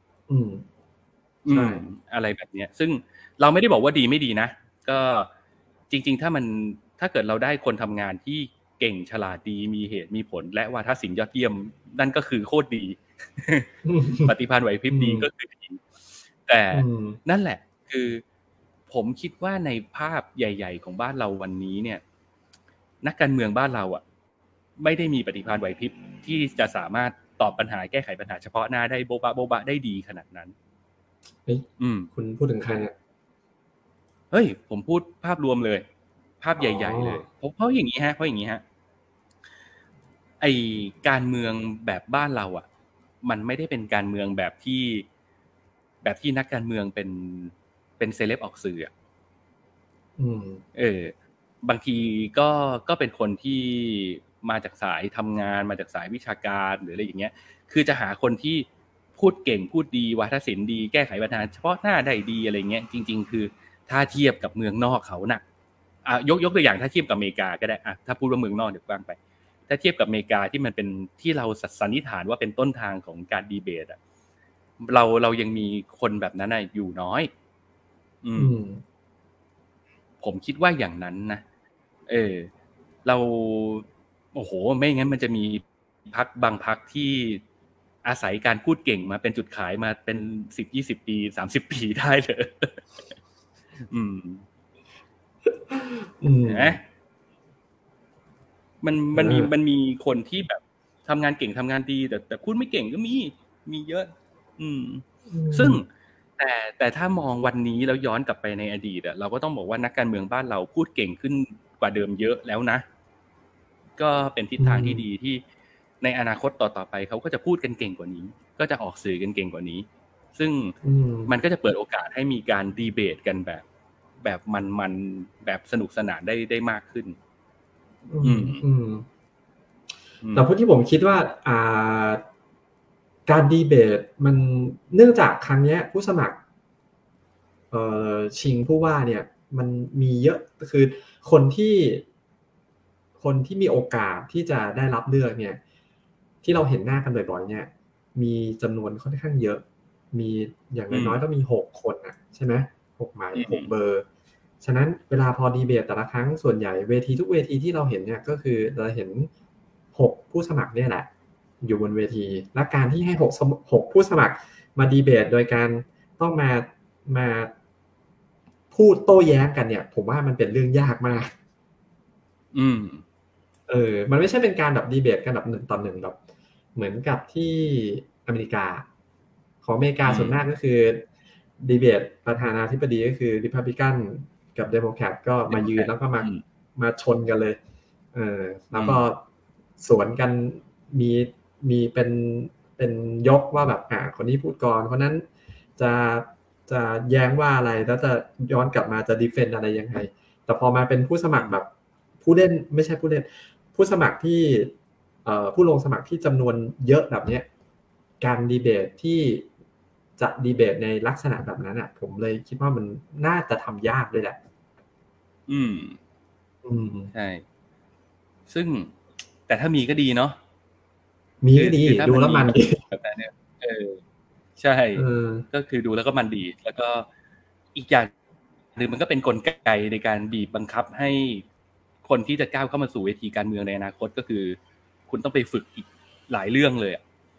อะไรแบบนี้ซึ่งเราไม่ได้บอกว่าดีไม่ดีนะก็จริงๆถ้าเกิดเราได้คนทำงานที่เก่งฉลาดดีมีเหตุมีผลและวาทศิลป์ยอดเยี่ยมนั่นก็คือโคตรดีปฏิภาณไหวพริบดีก็คือดีแต่นั่นแหละคือผมคิดว่าในภาพใหญ่ๆของบ้านเราวันนี้เนี่ยนักการเมืองบ้านเราอ่ะไม่ได้มีปฏิภาณไหวพริบที่จะสามารถตอบปัญหาแก้ไขปัญหาเฉพาะหน้าได้โบบะได้ดีขนาดนั้นคุณพูดถึงใครเนี่ยเฮ้ยผมพูดภาพรวมเลยภาพใหญ่ๆเลยเพราะอย่างนี้ฮะไอการเมืองแบบบ้านเราอ่ะมันไม่ได้เป็นการเมืองแบบที่นักการเมืองเป็นเซเลบออกสื่ออ่ะบางทีก็เป็นคนที่มาจากสายทำงานมาจากสายวิชาการหรืออะไรอย่างเงี้ยคือจะหาคนที่พูดเก่งพูดดีวาทศิลป์ดีแก้ไขปัญหาเฉพาะหน้าได้ดีอะไรเงี้ยจริงๆคือถ้าเทียบกับเมืองนอกเขาน่ะยกตัวอย่างถ้าเทียบกับอเมริกาก็ได้ถ้าพูดว่าเมืองนอกเดี๋ยวกว้างไปถ้าเทียบกับอเมริกาที่มันเป็นที่เราสันนิษฐานว่าเป็นต้นทางของการดีเบตอ่ะเรายังมีคนแบบนั้นอยู่น้อยผมคิดว่าอย่างนั้นนะเราโอ้โหไม่งั้นมันจะมีพรรคบางพรรคที่อาศัยการพูดเก่งมาเป็นจุดขายมาเป็น10-20 ปี30 ปีได้เลยนะมันมีคนที่แบบทำงานเก่งทำงานดีแต่พูดไม่เก่งก็มีเยอะซึ่งแต่ถ้ามองวันนี้แล้วย้อนกลับไปในอดีตเราก็ต้องบอกว่านักการเมืองบ้านเราพูดเก่งขึ้นกว่าเดิมเยอะแล้วนะก็เป็นทิศทางที่ดีที่ในอนาคตต่อไปเขาก็จะพูดกันเก่งกว่านี้ก็จะออกสื่อกันเก่งกว่านี้ซึ่งมันก็จะเปิดโอกาสให้มีการดีเบตกันแบบมันแบบสนุกสนานได้มากขึ้นแต่พูดที่ผมคิดว่าการดีเบตมันเนื่องจากครั้งนี้ผู้สมัครชิงผู้ว่าเนี่ยมันมีเยอะคือคนที่มีโอกาสที่จะได้รับเลือกเนี่ยที่เราเห็นหน้ากันบ่อยๆเนี่ยมีจำนวนค่อนข้างเยอะมีอย่างน้อยๆต้องมี6คนน่ะใช่ไหม6หมาย6เบอร์ฉะนั้นเวลาพอดีเบตแต่ละครั้งส่วนใหญ่เวทีทุกเวทีที่เราเห็นเนี่ยก็คือเราเห็น6ผู้สมัครเนี่ยแหละอยู่บนเวทีและการที่ให้6ผู้สมัครมาดีเบตโดยการต้องมาพูดโต้แย้งกันเนี่ยผมว่ามันเป็นเรื่องยากมากมันไม่ใช่เป็นการแบบดีเบตกันแบบ1 ต่อ 1แบบเหมือนกับที่อเมริกาของอเมริกาส่วนมากก็คือดีเบตประธานาธิบดีก็คือริพับลิกันกับเดโมแครตก็มายืนแล้วก็มาชนกันเลยแล้วก็สวนกันมีเป็นยกว่าแบบคนนี้พูดก่อนคนนั้นจะแย้งว่าอะไรแล้วจะย้อนกลับมาจะดีเฟนด์อะไรยังไงแต่พอมาเป็นผู้สมัครแบบผู้เล่นไม่ใช่ผู้เล่นผู้สมัครที่ผู้ลงสมัครที่จำนวนเยอะแบบนี้การดีเบตที่จะดีเบตในลักษณะแบบนั้นผมเลยคิดว่ามันน่าจะทำยากด้วยแหละใช่ซึ่งแต่ถ้ามีก็ดีเนาะมีก็ดีดูแล้วมันดีแบบนั้นเนี่ยใช่ก็คือดูแล้วก็มันดีแล้วก็อีกอย่างหรือมันก็เป็นกลไกในการบีบบังคับให้คนที่จะก้าวเข้ามาสู่เวทีการเมืองในอนาคตก็คือคุณต้องไปฝึกอีกหลายเรื่องเลย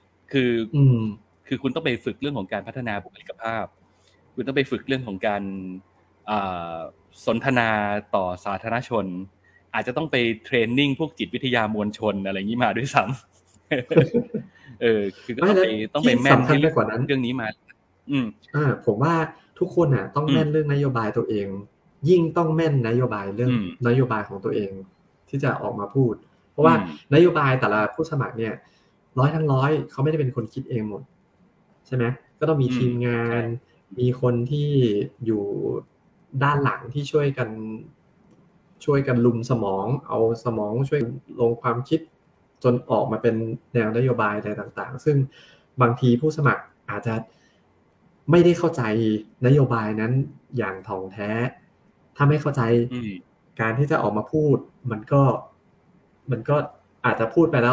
คือคุณต้องไปฝึกเรื่องของการพัฒนาบุคลิกภาพคุณต้องไปฝึกเรื่องของการสนทนาต่อสาธารณชนอาจจะต้องไปเทรนนิ่งพวกจิตวิทยามวลชนอะไรอย่างนี้มาด้วยซ้ำคือก็ต้องไปแม่นที่กว่านั้นเรื่องนี้มาผมว่าทุกคนต้องแม่นเรื่องนโยบายตัวเองยิ่งต้องแม่นนโยบายเรื่องนโยบายของตัวเองที่จะออกมาพูดเพราะว่านโยบายแต่ละผู้สมัครเนี่ย100 ทั้ง 100เขาไม่ได้เป็นคนคิดเองหมดใช่ไหมก็ต้องมีทีมงานมีคนที่อยู่ด้านหลังที่ช่วยกันลุมสมองเอาสมองช่วยลงความคิดจนออกมาเป็นแนวนโยบายอะไรต่างๆซึ่งบางทีผู้สมัครอาจจะไม่ได้เข้าใจนโยบายนั้นอย่างถ่องแท้ถ้าไม่เข้าใจการที่จะออกมาพูดมันก็อาจจะพูดไปแล้ว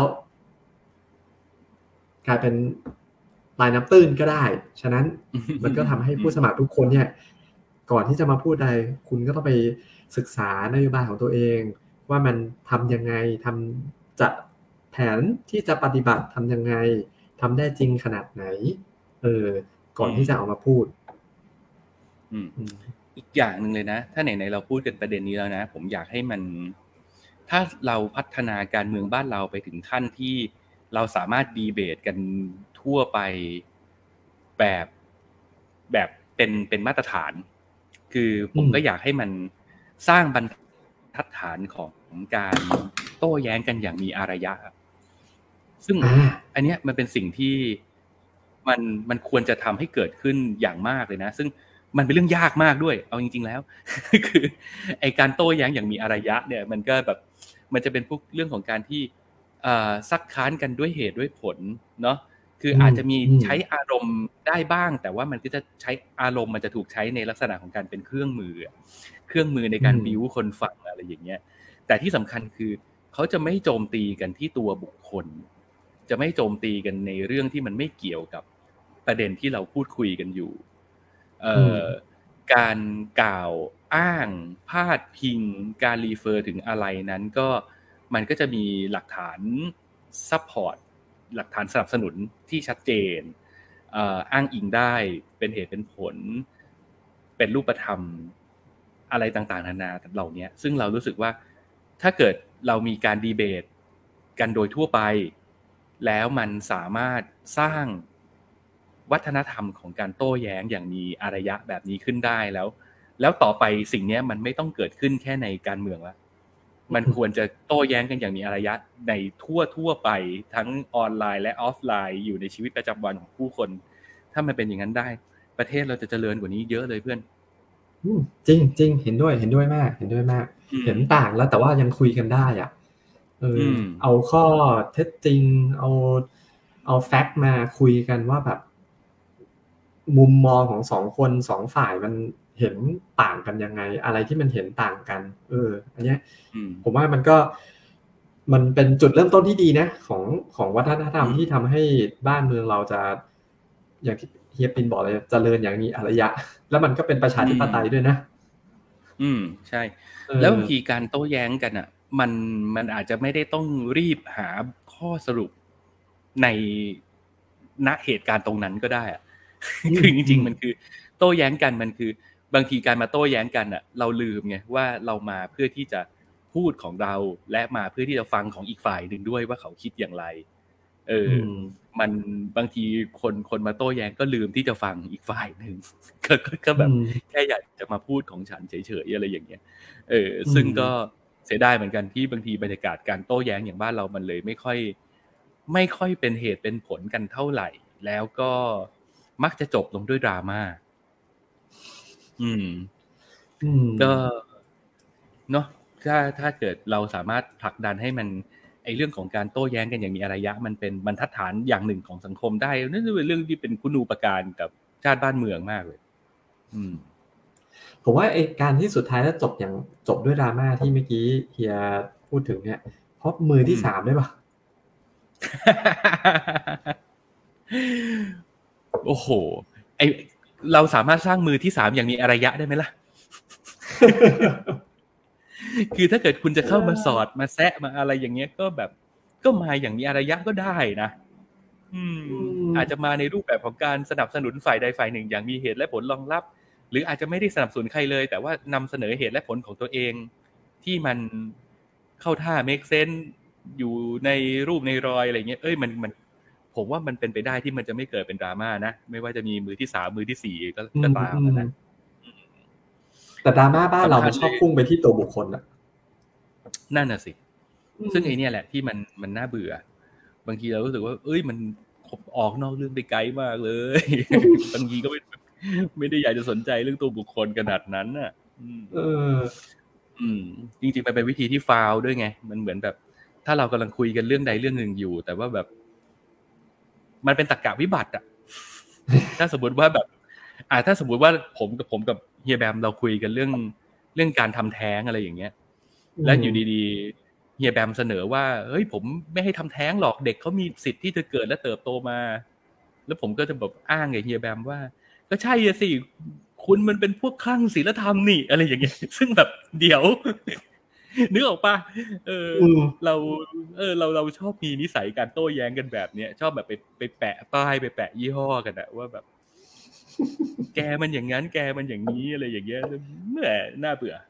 กลายเป็นลายน้ำตื้นก็ได้ฉะนั้นมันก็ทำให้ผู้สมัครทุกคนเนี่ยก่อนที่จะมาพูดใดคุณก็ต้องไปศึกษานโยบายของตัวเองว่ามันทำยังไงจะแผนที่จะปฏิบัติทำยังไงทำได้จริงขนาดไหนก่อนที่จะออกมาพูดอีกอย่างนึงเลยนะถ้าไหนๆเราพูดกันประเด็นนี้แล้วนะผมอยากให้มันถ้าเราพัฒนาการเมืองบ้านเราไปถึงขั้นที่เราสามารถดีเบตกันทั่วไปแบบเป็นมาตรฐานคือผมก็อยากให้มันสร้างบรรทัดฐานของการโต้แย้งกันอย่างมีอารยะซึ่งอันเนี้ยมันเป็นสิ่งที่มันควรจะทำให้เกิดขึ้นอย่างมากเลยนะซึ่งมันเป็นเรื่องยากมากด้วยเอาจริงๆแล้วคือไอการโต้แย้งอย่างมีอารยะเนี่ยมันก็แบบมันจะเป็นพวกเรื่องของการที่ซักค้านกันด้วยเหตุด้วยผลเนาะคืออาจจะมีใช้อารมณ์ได้บ้างแต่ว่ามันก็จะใช้อารมณ์มันจะถูกใช้ในลักษณะของการเป็นเครื่องมือในการบิ้วคนฟังอะไรอย่างเงี้ยแต่ที่สำคัญคือเขาจะไม่โจมตีกันที่ตัวบุคคลจะไม่โจมตีกันในเรื่องที่มันไม่เกี่ยวกับประเด็นที่เราพูดคุยกันอยู่การกล่าวอ้างพาดพิงการรีเฟอร์ถึงอะไรนั้นก็มันก็จะมีหลักฐานซัพพอร์ตหลักฐานสนับสนุนที่ชัดเจนอ้างอิงได้เป็นเหตุเป็นผลเป็นรูปธรรมอะไรต่างๆนานาเหล่านี้ซึ่งเรารู้สึกว่าถ้าเกิดเรามีการดีเบตกันโดยทั่วไปแล้วมันสามารถสร้างวัฒนธรรมของการโต้แย้งอย่างมีอารยะแบบนี้ขึ้นได้แล้วต่อไปสิ่งนี้มันไม่ต้องเกิดขึ้นแค่ในการเมืองละมันควรจะโต้แย้งกันอย่างมีอารยะในทั่วไปทั้งออนไลน์และออฟไลน์อยู่ในชีวิตประจำวันของผู้คนถ้ามันเป็นอย่างนั้นได้ประเทศเราจะเจริญกว่านี้เยอะเลยเพื่อนจริงเห็นด้วยมากเห็นต่างแล้วแต่ว่ายังคุยกันได้อ่ะเอาข้อเท็จจริงเอาแฟกต์มาคุยกันว่าแบบมุมมองของ2 คน2 ฝ่ายมันเห็นต่างกันยังไงอะไรที่มันเห็นต่างกันอันเนี้ยผมว่ามันก็มันเป็นจุดเริ่มต้นที่ดีนะของวัฒนธรรมที่ทำให้บ้านเมืองเราจะอย่างที่เฮียปินบอกเลยเจริญอย่างมีอารยะแล้วมันก็เป็นประชาธิปไตยด้วยนะใช่แล้วบางทีการโต้แย้งกันอ่ะมันอาจจะไม่ได้ต้องรีบหาข้อสรุปในณเหตุการณ์ตรงนั้นก็ได้อ่ะคือจริงๆมันคือโต้แย้งกันมันคือบางทีการมาโต้แย้งกันอ่ะเราลืมไงว่าเรามาเพื่อที่จะพูดของเราและมาเพื่อที่จะฟังของอีกฝ่ายหนึ่งด้วยว่าเขาคิดอย่างไรมันบางทีคนมาโต้แย้งก็ลืมที่จะฟังอีกฝ่ายหนึ่งก็แบบแค่อยากจะมาพูดของฉันเฉยๆอะไรอย่างเงี้ยซึ่งก็เสียดายเหมือนกันที่บางทีบรรยากาศการโต้แย้งอย่างบ้านเรามันเลยไม่ค่อยเป็นเหตุเป็นผลกันเท่าไหร่แล้วก็มักจะจบลงด้วยดราม่าก็เนาะถ้าเกิดเราสามารถผลักดันให้มันไอ้เรื่องของการโต้แย้งกันอย่างมีอารยะมันเป็นบรรทัดฐานอย่างหนึ่งของสังคมได้นั่นเป็นเรื่องที่เป็นคุณูปการกับชาติบ้านเมืองมากเลยผมว่าไอ้การที่สุดท้ายแล้วจบด้วยดราม่าที่เมื่อกี้เฮียพูดถึงเนี่ยเพราะมือที่สามได้ปะโอ้โหไอเราสามารถสร้างมือที่สามอย่างมีอารยะได้ไหมล่ะ คือถ้าเกิดคุณจะเข้ามาสอดมาแซะมาอะไรอย่างเงี้ยก็แบบก็มาอย่างมีอารยะก็ได้นะอาจจะมาในรูปแบบของการสนับสนุนฝ่ายใดฝ่ายหนึ่งอย่างมีเหตุและผลรองรับหรืออาจจะไม่ได้สนับสนุนใครเลยแต่ว่านำเสนอเหตุและผลของตัวเองที่มันเข้าท่า make sense อยู่ในรูปในรอยอะไรเงี้ยมันผมว่ามันเป็นไปได้ที่มันจะไม่เกิดเป็นดราม่านะไม่ว่าจะมีมือที่3มือที่4ก็ตามนะแต่ดราม่าบ้านเรามันชอบพุ่งไปที่ตัวบุคคลอะนั่นน่ะสิซึ่งไอ้นี่แหละที่มันน่าเบื่อบางทีเรารู้สึกว่ามันออกนอกเรื่องไปไกลมากเลยบางทีก็ไม่ได้อยากจะสนใจเรื่องตัวบุคคลขนาดนั้นน่ะจริงๆมันเป็นวิธีที่ฟาวด้วยไงมันเหมือนแบบถ้าเรากำลังคุยกันเรื่องใดเรื่องหนึ่งอยู่แต่ว่าแบบมันเป็นตรรกะวิบัติอ่ะถ้าสมมติว่าแบบถ้าสมมติว่าผมกับเฮียแบมเราคุยกันเรื่องการทำแท้งอะไรอย่างเงี้ยแล้วอยู่ดีๆเฮียแบมเสนอว่าเฮ้ยผมไม่ให้ทำแท้งหรอกเด็กเขามีสิทธิ์ที่จะเกิดและเติบโตมาแล้วผมก็จะแบบอ้างกับเฮียแบมว่าก็ใช่สิคุณมันเป็นพวกคลั่งศีลธรรมนี่อะไรอย่างเงี้ยซึ่งแบบเดี๋ยวนึกออกป่ะเราชอบมีนิสัยการโต้แย้งกันแบบเนี้ยชอบแบบไปแปะป้ายไปแปะยี่ห้อกันอะว่าแบบแกมันอย่างนั้นแกมันอย่างนี้อะไรอย่างเงี้ยแหมน่าเบื่อ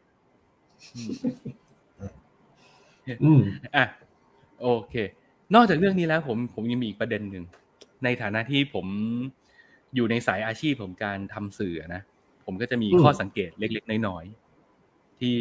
โอเคนอกจากเรื่องนี้แล้วผมยังมีอีกประเด็นหนึ่งในฐานะที่ผมอยู่ในสายอาชีพของการทำสื่อนะผมก็จะมีข้อสังเกตเล็กๆน้อยๆที่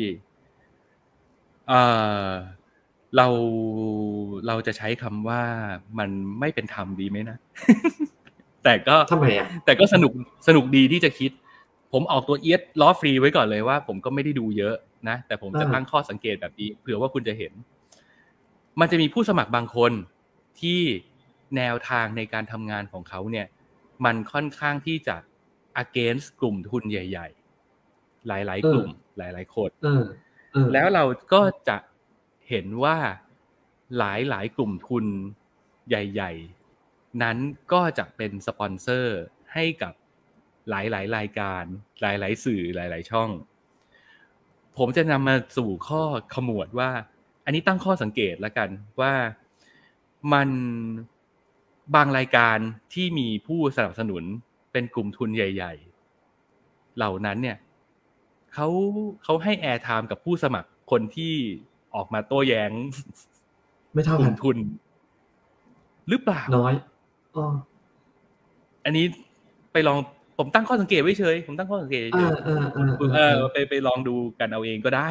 เราจะใช้คำว่ามันไม่เป็นธรรมดีไหมนะแต่ก็ทำไมอ่ะแต่ก็สนุกดีที่จะคิดผมออกตัวเอียดล้อฟรีไว้ก่อนเลยว่าผมก็ไม่ได้ดูเยอะนะแต่ผมจะตั้งข้อสังเกตแบบนี้เผื่อว่าคุณจะเห็นมันจะมีผู้สมัครบางคนที่แนวทางในการทำงานของเขาเนี่ยมันค่อนข้างที่จะ against กลุ่มทุนใหญ่ๆหลายๆกลุ่มหลายๆคนแล้วเราก็จะเห็นว่าหลายๆกลุ่มทุนใหญ่ๆนั้นก็จะเป็นสปอนเซอร์ให้กับหลายๆรายการหลายๆสื่อหลายๆช่องผมจะนำมาสู่ข้อขมวดว่าอันนี้ตั้งข้อสังเกตแล้วกันว่ามันบางรายการที่มีผู้สนับสนุนเป็นกลุ่มทุนใหญ่ๆเหล่านั้นเนี่ยเขาให้แอร์ไทม์กับผู้สมัครคนที่ออกมาโต้แย้งไม่เท่ากลุ่มทุนหรือเปล่าน้อยอันนี้ไปลองผมตั้งข้อสังเกตไว้เฉยผมตั้งข้อสังเกตเฉยไปลองดูกันเอาเองก็ได้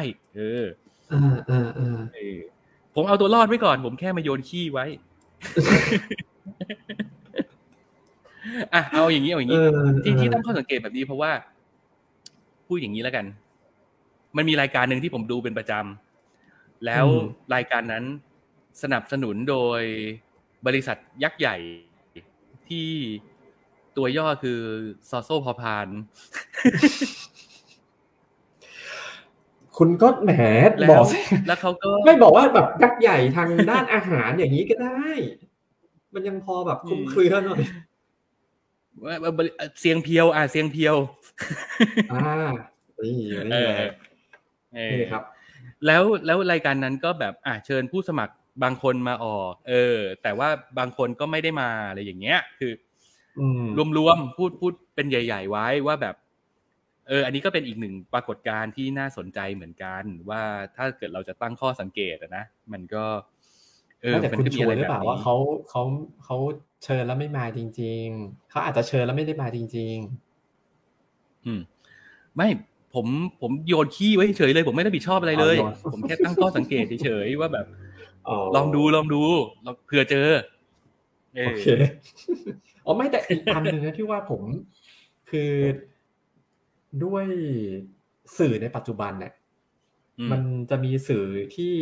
ผมเอาตัวรอดไว้ก่อนผมแค่มาโยนขี้ไว้เอาอย่างนี้ที่ตั้งข้อสังเกตแบบนี้เพราะว่าพูดอย่างนี้แล้วกันมันมีรายการหนึ่งที่ผมดูเป็นประจำแล้วรายการนั้นสนับสนุนโดยบริษัทยักษ์ใหญ่ที่ตัวย่อคือซอโซพอพานคุณก็แหมแล้วบอกแล้วเขาก็ไม่บอกว่าแบบยักษ์ใหญ่ทางด้านอาหารอย่างนี้ก็ได้ มันยังพอแบบคลุมเครือหน่อยเสียงเพียวเสียงเพียวนี่เออแหละนี่ครับแล้วรายการนั้นก็แบบเชิญผู้สมัครบางคนมาออกแต่ว่าบางคนก็ไม่ได้มาอะไรอย่างเงี้ยคือรวมๆพูดเป็นใหญ่ๆไว้ว่าแบบอันนี้ก็เป็นอีกหนึ่งปรากฏการณ์ที่น่าสนใจเหมือนกันว่าถ้าเกิดเราจะตั้งข้อสังเกตนะมันก็แต่คุณชัวร์หรือเปล่าว่าเขาเชิญแล้วไม่มาจริงๆเขาอาจจะเชิญแล้วไม่ได้มาจริงๆไม่ผมโยนขี้ไว้เฉยเลยผมไม่ได้รับผิดชอบอะไรเลยผมแค่ตั้งข้อสังเกตเฉยๆว่าแบบลองดูเผื่อเจอโอเคไม่แต่อีกอันนึงนะที่ว่าผมคือด้วยสื่อในปัจจุบันเนี่ยมันจะมีสื่อที่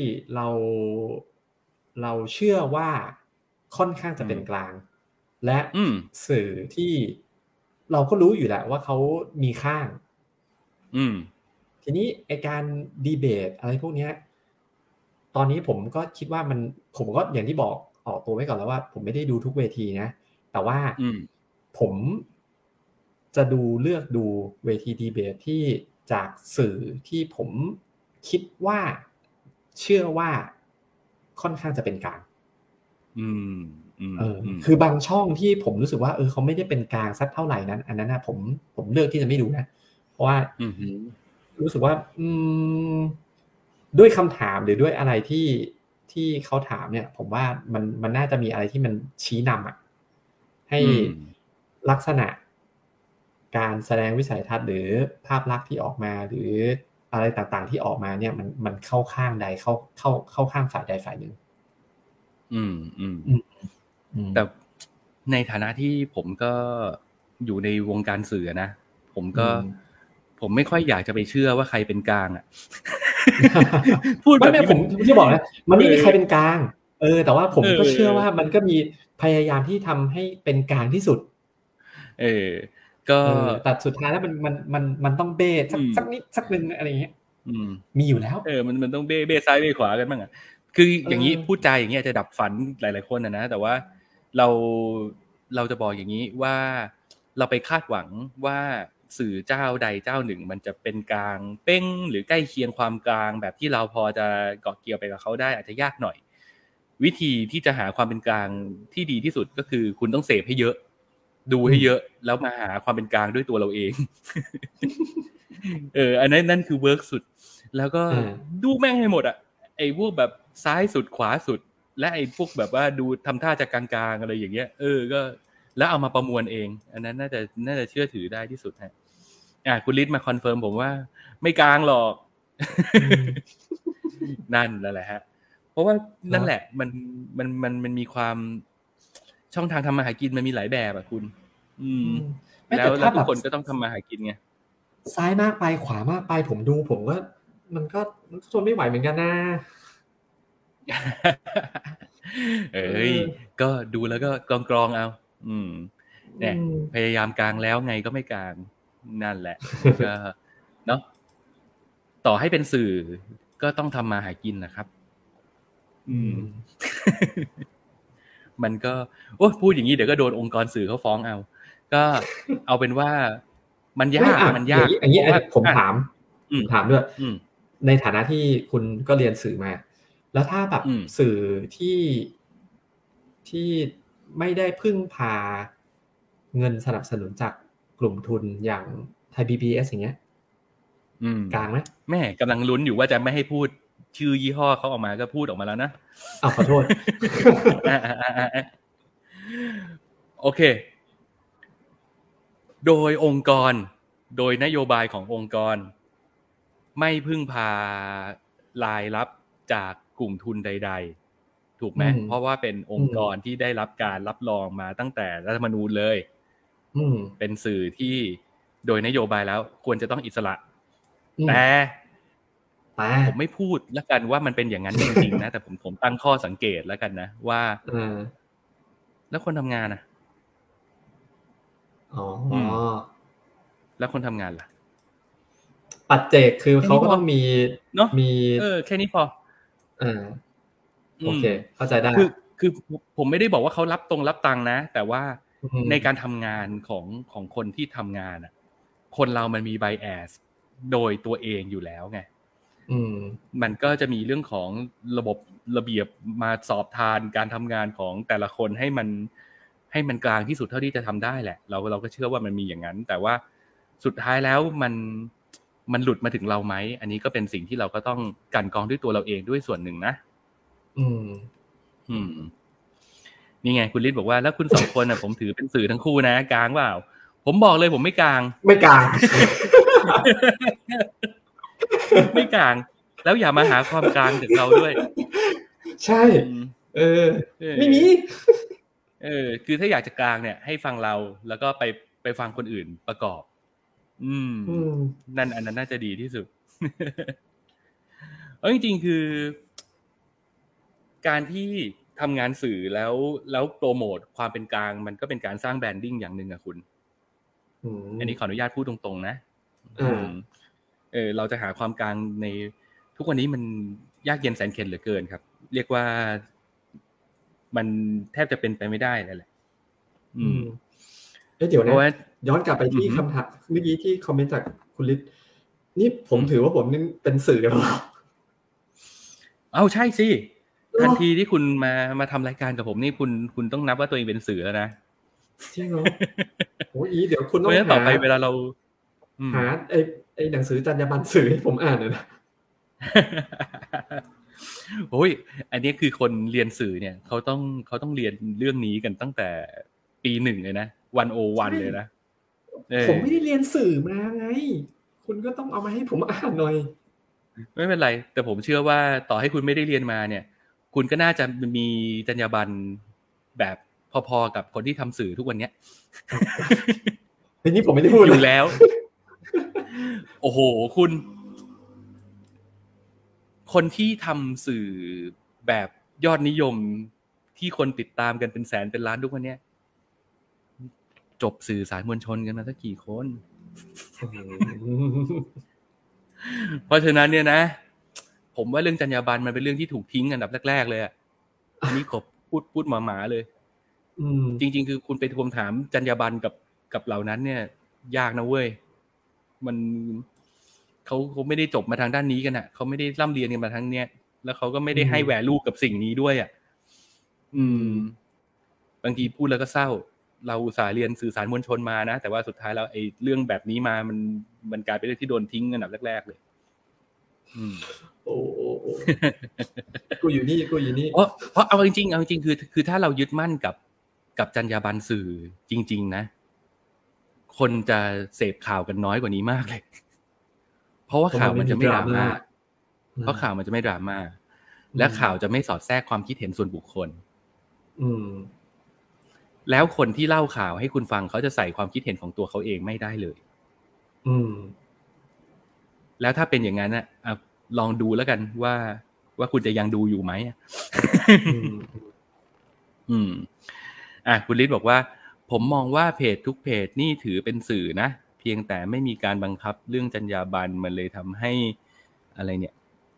เราเชื่อว่าค่อนข้างจะเป็นกลางและสื่อที่เราก็รู้อยู่แล้วว่าเขามีข้างทีนี้ไอ้การดีเบตอะไรพวกนี้ตอนนี้ผมก็คิดว่าผมก็อย่างที่บอกออกตัวไว้ก่อนแล้วว่าผมไม่ได้ดูทุกเวทีนะแต่ว่าผมจะเลือกดูเวทีดีเบตที่จากสื่อที่ผมคิดว่าเชื่อว่าค่อนข้างจะเป็นกลางคือบางช่องที่ผมรู้สึกว่าเขาไม่ได้เป็นกลางสักเท่าไหร่นั้นอันนั้นนะผมเลือกที่จะไม่ดูนะเพราะว่ารู้สึกว่าด้วยคำถามหรือด้วยอะไรที่เขาถามเนี่ยผมว่ามันน่าจะมีอะไรที่มันชี้นำให้ลักษณะการแสดงวิสัยทัศน์หรือภาพลักษณ์ที่ออกมาหรืออะไรต่างๆที่ออกมาเนี่ยมันเข้าข้างใดเข้าข้างฝ่ายใดฝ่ายหนึ่งแต่ในฐานะที่ผมก็อยู่ในวงการสื่อนะผมไม่ค่อยอยากจะไปเชื่อว่าใครเป็นกลางพูดแบบนี้ผมที่บอกนะมันไม่มีใครเป็นกลางแต่ว่าผมก็เชื่อว่ามันก็มีพยายามที่ทำให้เป็นกลางที่สุดก็แต่สุดท้ายแล้วมันต้องเบ้สักนิดสักนึงอะไรอย่างเงี้ยมีอยู่แล้วมันต้องเบ้ซ้ายเบ้ขวากันบ้างคืออย่างนี้พูดใจอย่างนี้อาจจะดับฝันหลายๆคนนะแต่ว่าเราจะบอกอย่างนี้ว่าเราไปคาดหวังว่าสื่อเจ้าใดเจ้าหนึ่งมันจะเป็นกลางเป้งหรือใกล้เคียงความกลางแบบที่เราพอจะเกาะเกี่ยวไปกับเขาได้อาจจะยากหน่อยวิธีที่จะหาความเป็นกลางที่ดีที่สุดก็คือคุณต้องเสพให้เยอะดูให้เยอะแล้วมาหาความเป็นกลางด้วยตัวเราเองอันนั้นนั่นคือเวิร์กสุดแล้วก็ดูแม่งให้หมดไอ้พวกแบบซ้ายสุดขวาสุดและไอ้พวกแบบว่าดูทำท่าจะกลางๆอะไรอย่างเงี้ยก็แล้วเอามาประมวลเองอันนั้นน่าจะเชื่อถือได้ที่สุดฮะคุณฤทธิ์มาคอนเฟิร์มผมว่าไม่กลางหรอกนั่นแหละฮะเพราะว่านั่นแหละมันมีความช่องทางทำมาหากินมันมีหลายแบบคุณแล้วทุกคนก็ต้องทำมาหากินไงซ้ายมากไปขวามากไปผมดูผมก็มันก็ทนไม่ไหวเหมือนกันนะก็ดูแล้วก็กรองเอาเนี่ยพยายามกลางแล้วไงก็ไม่กลางนั่นแหละก็เนาะต่อให้เป็นสื่อก็ต้องทำมาหากินนะครับมันก็พูดอย่างนี้เดี๋ยวก็โดนองค์กรสื่อเขาฟ้องก็เอาเป็นว่ามันยากอย่างนี้ผมถามด้วยในฐานะที่คุณก็เรียนสื่อมาแล้วถ้าแบบสื่อที่ไม่ได้พึ่งพาเงินสนับสนุนจากกลุ่มทุนอย่างไทย PBS อย่างเงี้ยกลางไหมแม่กำลังลุ้นอยู่ว่าจะไม่ให้พูดชื่อยี่ห้อเขาออกมาก็พูดออกมาแล้วนะขอโทษโอเคโดยองค์กรโดยนโยบายขององค์กรไม่พึ่งพารายรับจากกลุ่มทุนใดๆถูกไหมเพราะว่าเป็นองค์กรที่ได้รับการรับรองมาตั้งแต่รัฐธรรมนูญเลยเป็นสื่อที่โดยนโยบายแล้วควรจะต้องอิสระแต่ผมไม่พูดแล้วกันว่ามันเป็นอย่างนั้นจริงๆนะแต่ผมตั้งข้อสังเกตแล้วกันนะว่าแล้วคนทำงานอ๋อแล้วคนทำงานล่ะปัจเจกคือเขาก็ต้องมีเนาะมีแค่นี้พอโอเคเข้าใจได้คือผมไม่ได้บอกว่าเขารับตังค์นะแต่ว่าในการทำงานของคนที่ทำงานอ่ะคนเรามันมีไบแอสโดยตัวเองอยู่แล้วไงมันก็จะมีเรื่องของระเบียบมาสอบทานการทำงานของแต่ละคนให้มันกลางที่สุดเท่าที่จะทำได้แหละเราก็เชื่อว่ามันมีอย่างนั้นแต่ว่าสุดท้ายแล้วมันหลุดมาถึงเราไหมอันนี้ก็เป็นสิ่งที่เราก็ต้องกลั่นกรองด้วยตัวเราเองด้วยส่วนหนึ่งนะนี่ไงคุณฤทธิ์บอกว่าแล้วคุณสองคนน่ะผมถือเป็นสื่อทั้งคู่นะกลางเปล่าผมบอกเลยผมไม่กลางไม่กลางไม่กลางแล้วอย่ามาหาความกลางจากเราด้วยใช่ไม่มีคือถ้าอยากจะกลางเนี่ยให้ฟังเราแล้วก็ไปฟังคนอื่นประกอบนั่นอันนั้นน่าจะดีที่สุดจริงๆคือการที่ทำงานสื่อแล้วโปรโมทความเป็นกลางมันก็เป็นการสร้างแบรนดิ้งอย่างหนึ่งอะคุณอันนี้ขออนุญาตพูดตรงๆนะเราจะหาความกลางในทุกวันนี้มันยากเย็นแสนเข็ญเหลือเกินครับเรียกว่ามันแทบจะเป็นไปไม่ได้เลยแหละเดี๋ยวนะย้อนกลับไปที่คำถามเมื่อกี้ที่คอมเมนต์จากคุณฤทธิ์นี่ผมถือว่าผมนี่เป็นสื่อหรือเปล่าใช่สิทันทีที่คุณมาทำรายการกับผมนี่คุณต้องนับว่าตัวเองเป็นสื่อแล้วนะจริงเหรอโอ้ยเดี๋ยวคุณต้องต่อไปเวลาเราหาไอ้หนังสือจรรยาบรรณสื่อให้ผมอ่านหน่อยนะโอ้ยอันนี้คือคนเรียนสื่อเนี่ยเขาต้องเรียนเรื่องนี้กันตั้งแต่ปี1เลยนะ101เลยนะผมไม่ได้เรียนสื่อมาไงคุณก็ต้องเอามาให้ผมอ่านหน่อยไม่เป็นไรแต่ผมเชื่อว่าต่อให้คุณไม่ได้เรียนมาเนี่ยคุณก็น่าจะมีจรรยาบรรณแบบพอๆกับคนที่ทำสื่อทุกวันนี้ทีนี้ผมไม่ได้พูดอยู่แล้วโอ้โหคุณคนที่ทำสื่อแบบยอดนิยมที่คนติดตามกันเป็นแสนเป็นล้านทุกวันนี้จบสื่อสารมวลชนกันมาสักกี่คนเพราะฉะนั้นเนี่ยนะผมว่าเรื่องจรรยาบรรณมันเป็นเรื่องที่ถูกทิ้งอันดับแรกๆเลยอ่ะอันนี้ขอพูดหมาๆเลยจริงๆคือคุณไปทวงถามจรรยาบรรณกับเหล่านั้นเนี่ยยากนะเว้ยมันเขาไม่ได้จบมาทางด้านนี้กันอ่ะเขาไม่ได้ร่ำเรียนกันมาทางเนี้ยแล้วเขาก็ไม่ได้ให้แวลูกับสิ่งนี้ด้วยอ่ะบางทีพูดแล้วก็เศร้าเราอุตส่าห์เรียนสื่อสารมวลชนมานะแต่ว่าสุดท้ายแล้วไอ้เรื่องแบบนี้มามันกลายเป็นเรื่องที่โดนทิ้งอันดับแรกๆเลยโอ้กูอยู่นี่เพราะเอาจริงคือถ้าเรายึดมั่นกับจรรยาบรรณสื่อจริงๆนะคนจะเสพข่าวกันน้อยกว่านี้มากเลยเพราะว่าข่าวมันจะไม่ดราม่าเพราะข่าวมันจะไม่ดราม่าและข่าวจะไม่สอดแทรกความคิดเห็นส่วนบุคคลแล้วคนที่เล่าข่าวให้คุณฟังเขาจะใส่ความคิดเห็นของตัวเขาเองไม่ได้เลยแล้วถ้าเป็นอย่างนั้นน่ะลองดูแล้วกันว่าคุณจะยังดูอยู่ไหมคุณฤทธิ์บอกว่าผมมองว่าเพจทุกเพจนี่ถือเป็นสื่อนะเพียงแต่ไม่มีการบังคับเรื่องจรรยาบรรณมันเลยทำให้อะไรเนี่ย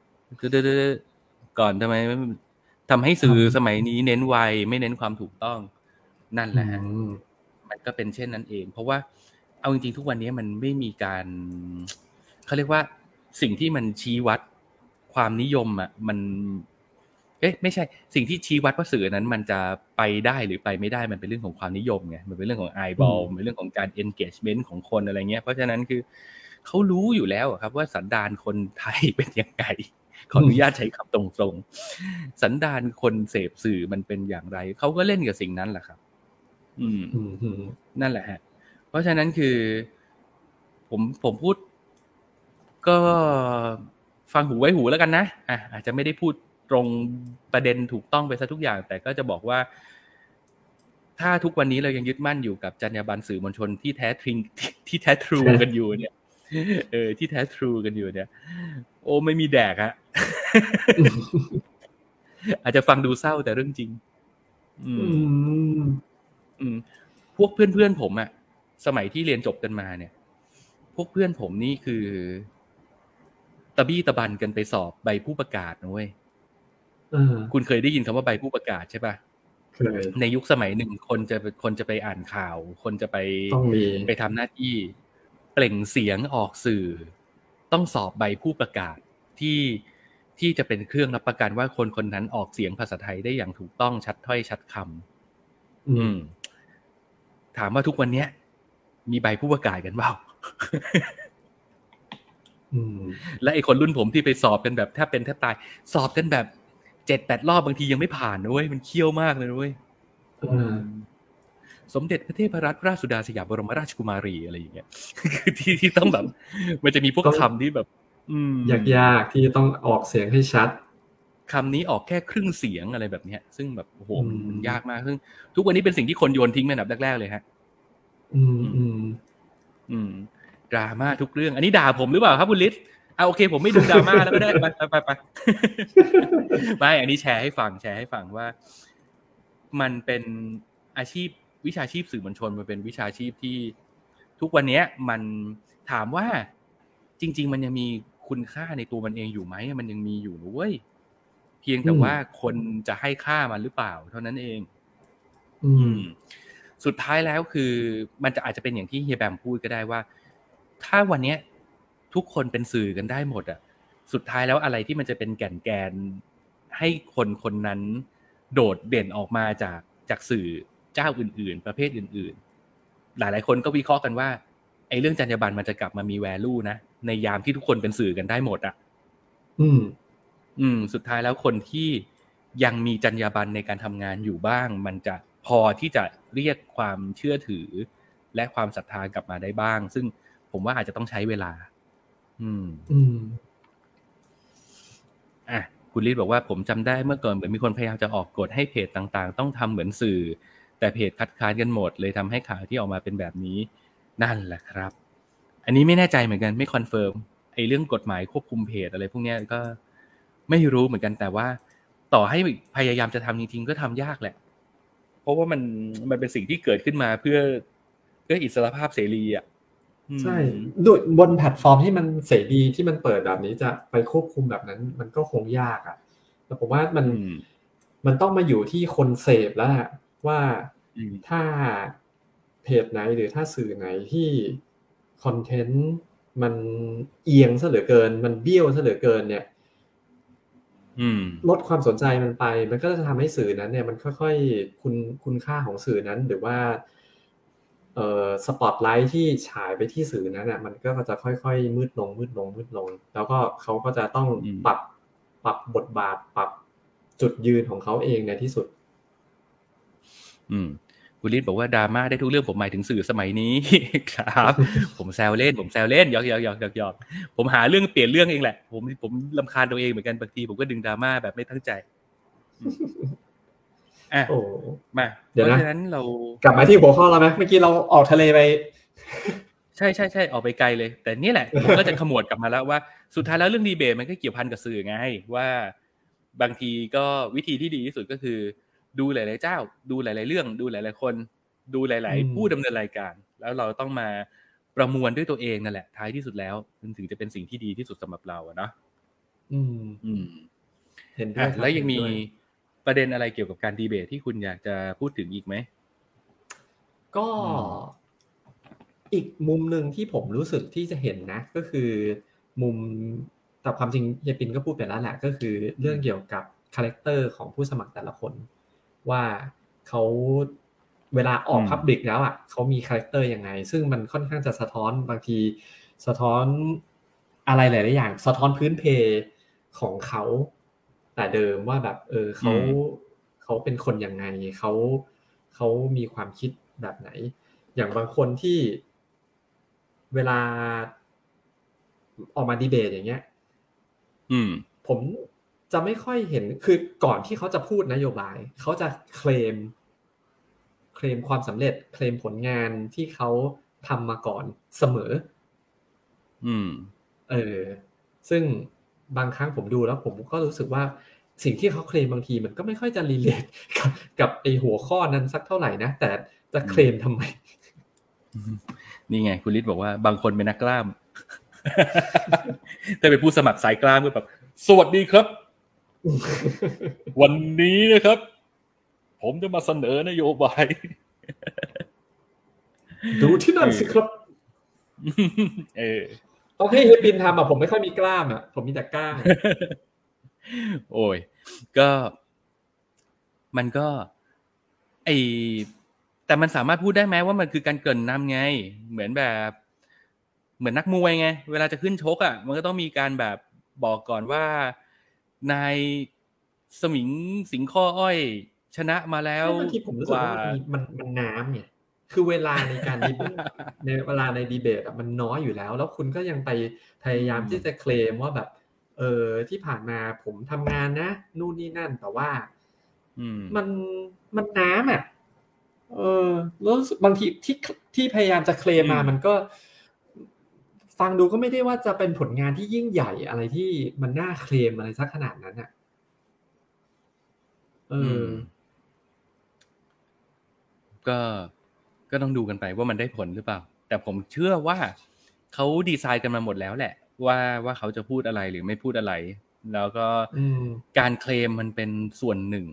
ก่อนทำให้สื่อสมัยนี้เน้นไวไม่เน้นความถูกต้องนั่นแหละมันก็เป็นเช่นนั้นเองเพราะว่าเอาจริงๆทุกวันนี้มันไม่มีการเขาเรียกว่าสิ่งที่มันชี้วัดความนิยมอ่ะมันไม่ใช่สิ่งที่ชี้วัดว่าสื่อนั้นมันจะไปได้หรือไปไม่ได้มันเป็นเรื่องของความนิยมไงมันเป็นเรื่องของ eyeball เป็นเรื่องของการ engagement ของคนอะไรเงี้ยเพราะฉะนั้นคือเขารู้อยู่แล้วครับว่าสันดานคนไทยเป็นยังไงขออนุญาตใช้คำตรงๆสันดานคนเสพสื่อมันเป็นอย่างไรเขาก็เล่นกับสิ่งนั้นแหละครับนั่นแหละฮะเพราะฉะนั้นคือผมพูดก็ฟังหูไว้หูแล้วกันนะอาจจะไม่ได้พูดตรงประเด็นถูกต้องไปซะทุกอย่างแต่ก็จะบอกว่าถ้าทุกวันนี้เรายังยึดมั่นอยู่กับจรรยาบรรณสื่อมวลชนที่แท้ทรูกันอยู่เนี่ยที่แท้ทรูกันอยู่เนี่ยโอ้ไม่มีแดกฮะ อาจจะฟังดูเศร้าแต่เรื่องจริงพวกเพื่อนๆผมอะสมัยที่เรียนจบกันมาเนี่ยพวกเพื่อนผมนี่คือตะบี้ตะบันกันไปสอบใบผู้ประกาศนะเว้ยคุณเคยได้ยินคำว่าใบผู้ประกาศใช่ป่ะเคยในยุคสมัยหนึ่งคนจะไปอ่านข่าวคนจะไปทำหน้าที่เปล่งเสียงออกสื่อต้องสอบใบผู้ประกาศที่จะเป็นเครื่องรับประกันว่าคนคนนั้นออกเสียงภาษาไทยได้อย่างถูกต้องชัดถ้อยชัดคำถามว่าทุกวันนี้มีใบผู้ประกาศกันเปล่าและไอ้คนรุ่นผมที่ไปสอบกันแบบแทบเป็นแทบตายสอบกันแบบ 7-8 รอบบางทียังไม่ผ่านนะเว้ยมันเคี่ยวมากเลยนะเว้ยสมเด็จพระเทพรัตนราชสุดาสยามบรมราชกุมารีอะไรอย่างเงี้ยคือที่ต้องแบบมันจะมีพวกคำที่แบบยากๆที่ต้องออกเสียงให้ชัดคำนี้ออกแค่ครึ่งเสียงอะไรแบบเนี้ยซึ่งแบบโอ้โหมันยากมากซึ่งทุกวันนี้เป็นสิ่งที่คนโยนทิ้งเป็นอันดับแรกๆเลยฮะดราม่าทุกเรื่องอันนี้ด่าผมหรือเปล่าครับคุณฤทธิ์โอเคผมไม่ดูดราม่าแล้วก็ได้ไปไม่อันนี้แชร์ให้ฟังว่ามันเป็นอาชีพวิชาชีพสื่อมวลชนมันเป็นวิชาชีพที่ทุกวันนี้มันถามว่าจริงๆมันยังมีคุณค่าในตัวมันเองอยู่ไหมมันยังมีอยู่นะเว้ยเพียงแต่ว่าคนจะให้ค่ามันหรือเปล่าเท่านั้นเองสุดท้ายแล้วคือมันจะอาจจะเป็นอย่างที่เฮียแบมพูดก็ได้ว่าถ้าวันนี้ทุกคนเป็นสื่อกันได้หมดอ่ะสุดท้ายแล้วอะไรที่มันจะเป็นแก่นให้คนนั้นโดดเด่นออกมาจากสื่อเจ้าอื่นๆประเภทอื่นๆหลายๆคนก็วิเคราะห์กันว่าไอ้เรื่องจรรยาบรรณมันจะกลับมามี value นะในยามที่ทุกคนเป็นสื่อกันได้หมดอ่ะสุดท้ายแล้วคนที่ยังมีจรรยาบรรณในการทำงานอยู่บ้างมันจะพอที่จะเรียกความเชื่อถือและความศรัทธากลับมาได้บ้างซึ่งผมว่าอาจจะต้องใช้เวลาคุณฤทธิ์บอกว่าผมจำได้เมื่อก่อนเหมือนมีคนพยายามจะออกกฎให้เพจต่างๆต้องทำเหมือนสื่อแต่เพจคัดค้านกันหมดเลยทำให้ข่าวที่ออกมาเป็นแบบนี้นั่นแหละครับอันนี้ไม่แน่ใจเหมือนกันไม่คอนเฟิร์มไอ้เรื่องกฎหมายควบคุมเพจอะไรพวกนี้ก็ไม่รู้เหมือนกันแต่ว่าต่อให้พยายามจะทำจริงๆก็ทำยากแหละเพราะว่ามันเป็นสิ่งที่เกิดขึ้นมาเพื่ออิสรภาพเสรีอ่ะใช่ด้วยบนแพลตฟอร์มที่มันเสรีที่มันเปิดแบบนี้จะไปควบคุมแบบนั้นมันก็คงยากอ่ะแต่ผมว่ามันต้องมาอยู่ที่คนเสพแล้วว่าถ้าเพจไหนหรือถ้าสื่อไหนที่คอนเทนต์มันเอียงซะเหลือเกินมันเบี้ยวซะเหลือเกินเนี่ยลดความสนใจมันไปมันก็จะทำให้สื่อนั้นเนี่ยมันค่อยๆคุณค่าของสื่อนั้นหรือว่าสปอตไลท์ที่ฉายไปที่สื่อนั้นน่ะมันก็จะค่อยๆมืดลงแล้วก็เขาก็จะต้องปรับบทบาทปรับจุดยืนของเขาเองในที่สุดคุณฤทธิ์บอกว่าดราม่าได้ทุกเรื่องผมหมายถึงสื่อสมัยนี้ครับผมแซวเล่นหยอกผมหาเรื่องเปลี่ยนเรื่องเองแหละผมรำคาญตัวเองเหมือนกันบางทีผมก็ดึงดราม่าแบบไม่ตั้งใจมาเพราะฉะนั้นเรากลับมาที่หัวข้อเราไหมเมื่อกี้เราออกทะเลไปใช่ออกไปไกลเลยแต่นี่แหละผมก็จะขมวดกลับมาแล้วว่าสุดท้ายแล้วเรื่องดีเบตมันก็เกี่ยวพันกับสื่อไงว่าบางทีก็วิธีที่ดีที่สุดก็คือดูหลายๆเจ้าดูหลายๆเรื่องดูหลายๆคนดูหลายๆผู้ดำเนินรายการแล้วเราต้องมาประมวลด้วยตัวเองนั่นแหละท้ายที่สุดแล้วมันถึงจะเป็นสิ่งที่ดีที่สุดสำหรับเราอะเนาะเห็นด้วยแล้วยังมีประเด็นอะไรเกี่ยวกับการดีเบตที่คุณอยากจะพูดถึงอีกไหมก็อีกมุมนึงที่ผมรู้สึกที่จะเห็นนะก็คือมุมแต่ความจริงเฮียปินก็พูดไปแล้วแหละก็คือเรื่องเกี่ยวกับคาแรคเตอร์ของผู้สมัครแต่ละคนว่าเขาเวลาออกพับลิกแล้วอ่ะเขามีคาแรคเตอร์ยังไงซึ่งมันค่อนข้างจะสะท้อนบางทีสะท้อนอะไรหลายๆอย่างสะท้อนพื้นเพของเขาแต่เดิมว่าแบบเขาเป็นคนยังไงเขามีความคิดแบบไหนอย่างบางคนที่เวลาออกมาดีเบตอย่างเงี้ยผมจะไม่ค่อยเห็นคือก่อนที่เขาจะพูดนโยบายเขาจะเคลมความสำเร็จเคลมผลงานที่เขาทำมาก่อนเสมอซึ่งบางครั้งผมดูแล้วผมก็รู้สึกว่าสิ่งที่เขาเคลมบางทีมันก็ไม่ค่อยจะรีเลทกับไอ้หัวข้อนั้นสักเท่าไหร่นะแต่จะเคลมทำไมนี่ไงคุณฤทธิ์บอกว่าบางคนเป็นนักกล้ามถ้าเป็นผู้สมัครสายกลางก็แบบสวัสดีครับ วันนี้นะครับผมจะมาเสนอนโยบายดูที่นั่นสิครับต้องให้เฮปินทำผมไม่ค่อยมีกล้ามผมมีแต่ก้างโอ้ยก็มันก็แต่มันสามารถพูดได้ไหมว่ามันคือการเกริ่นนำไงเหมือนนักมวยไงเวลาจะขึ้นชกมันก็ต้องมีการแบบบอกก่อนว่านายสมิงสิงข้ออ้อยชนะมาแล้วบางทีผมรู้สึกว่ามันน้ำเนี่ยคือเวลาในการในเวลาในดีเบตมันน้อยอยู่แล้วคุณก็ยังไปพยายามที่จะเคลมว่าแบบที่ผ่านมาผมทำงานนะนู่นนี่นั่นแต่ว่ามันน้ำแล้วบางทีที่พยายามจะเคลมมามันก็ฟังดูก็ไม่ได้ว่าจะเป็นผลงานที่ยิ่งใหญ่อะไรที่มันน่าเคลมอะไรสักขนาดนั้นก็ต้องดูกันไปว่ามันได้ผลหรือเปล่าแต่ผมเชื่อว่าเขาดีไซน์กันมาหมดแล้วแหละว่าเขาจะพูดอะไรหรือไม่พูดอะไรแล้วก็การเคลมมันเป็นส่วนหนึ่ง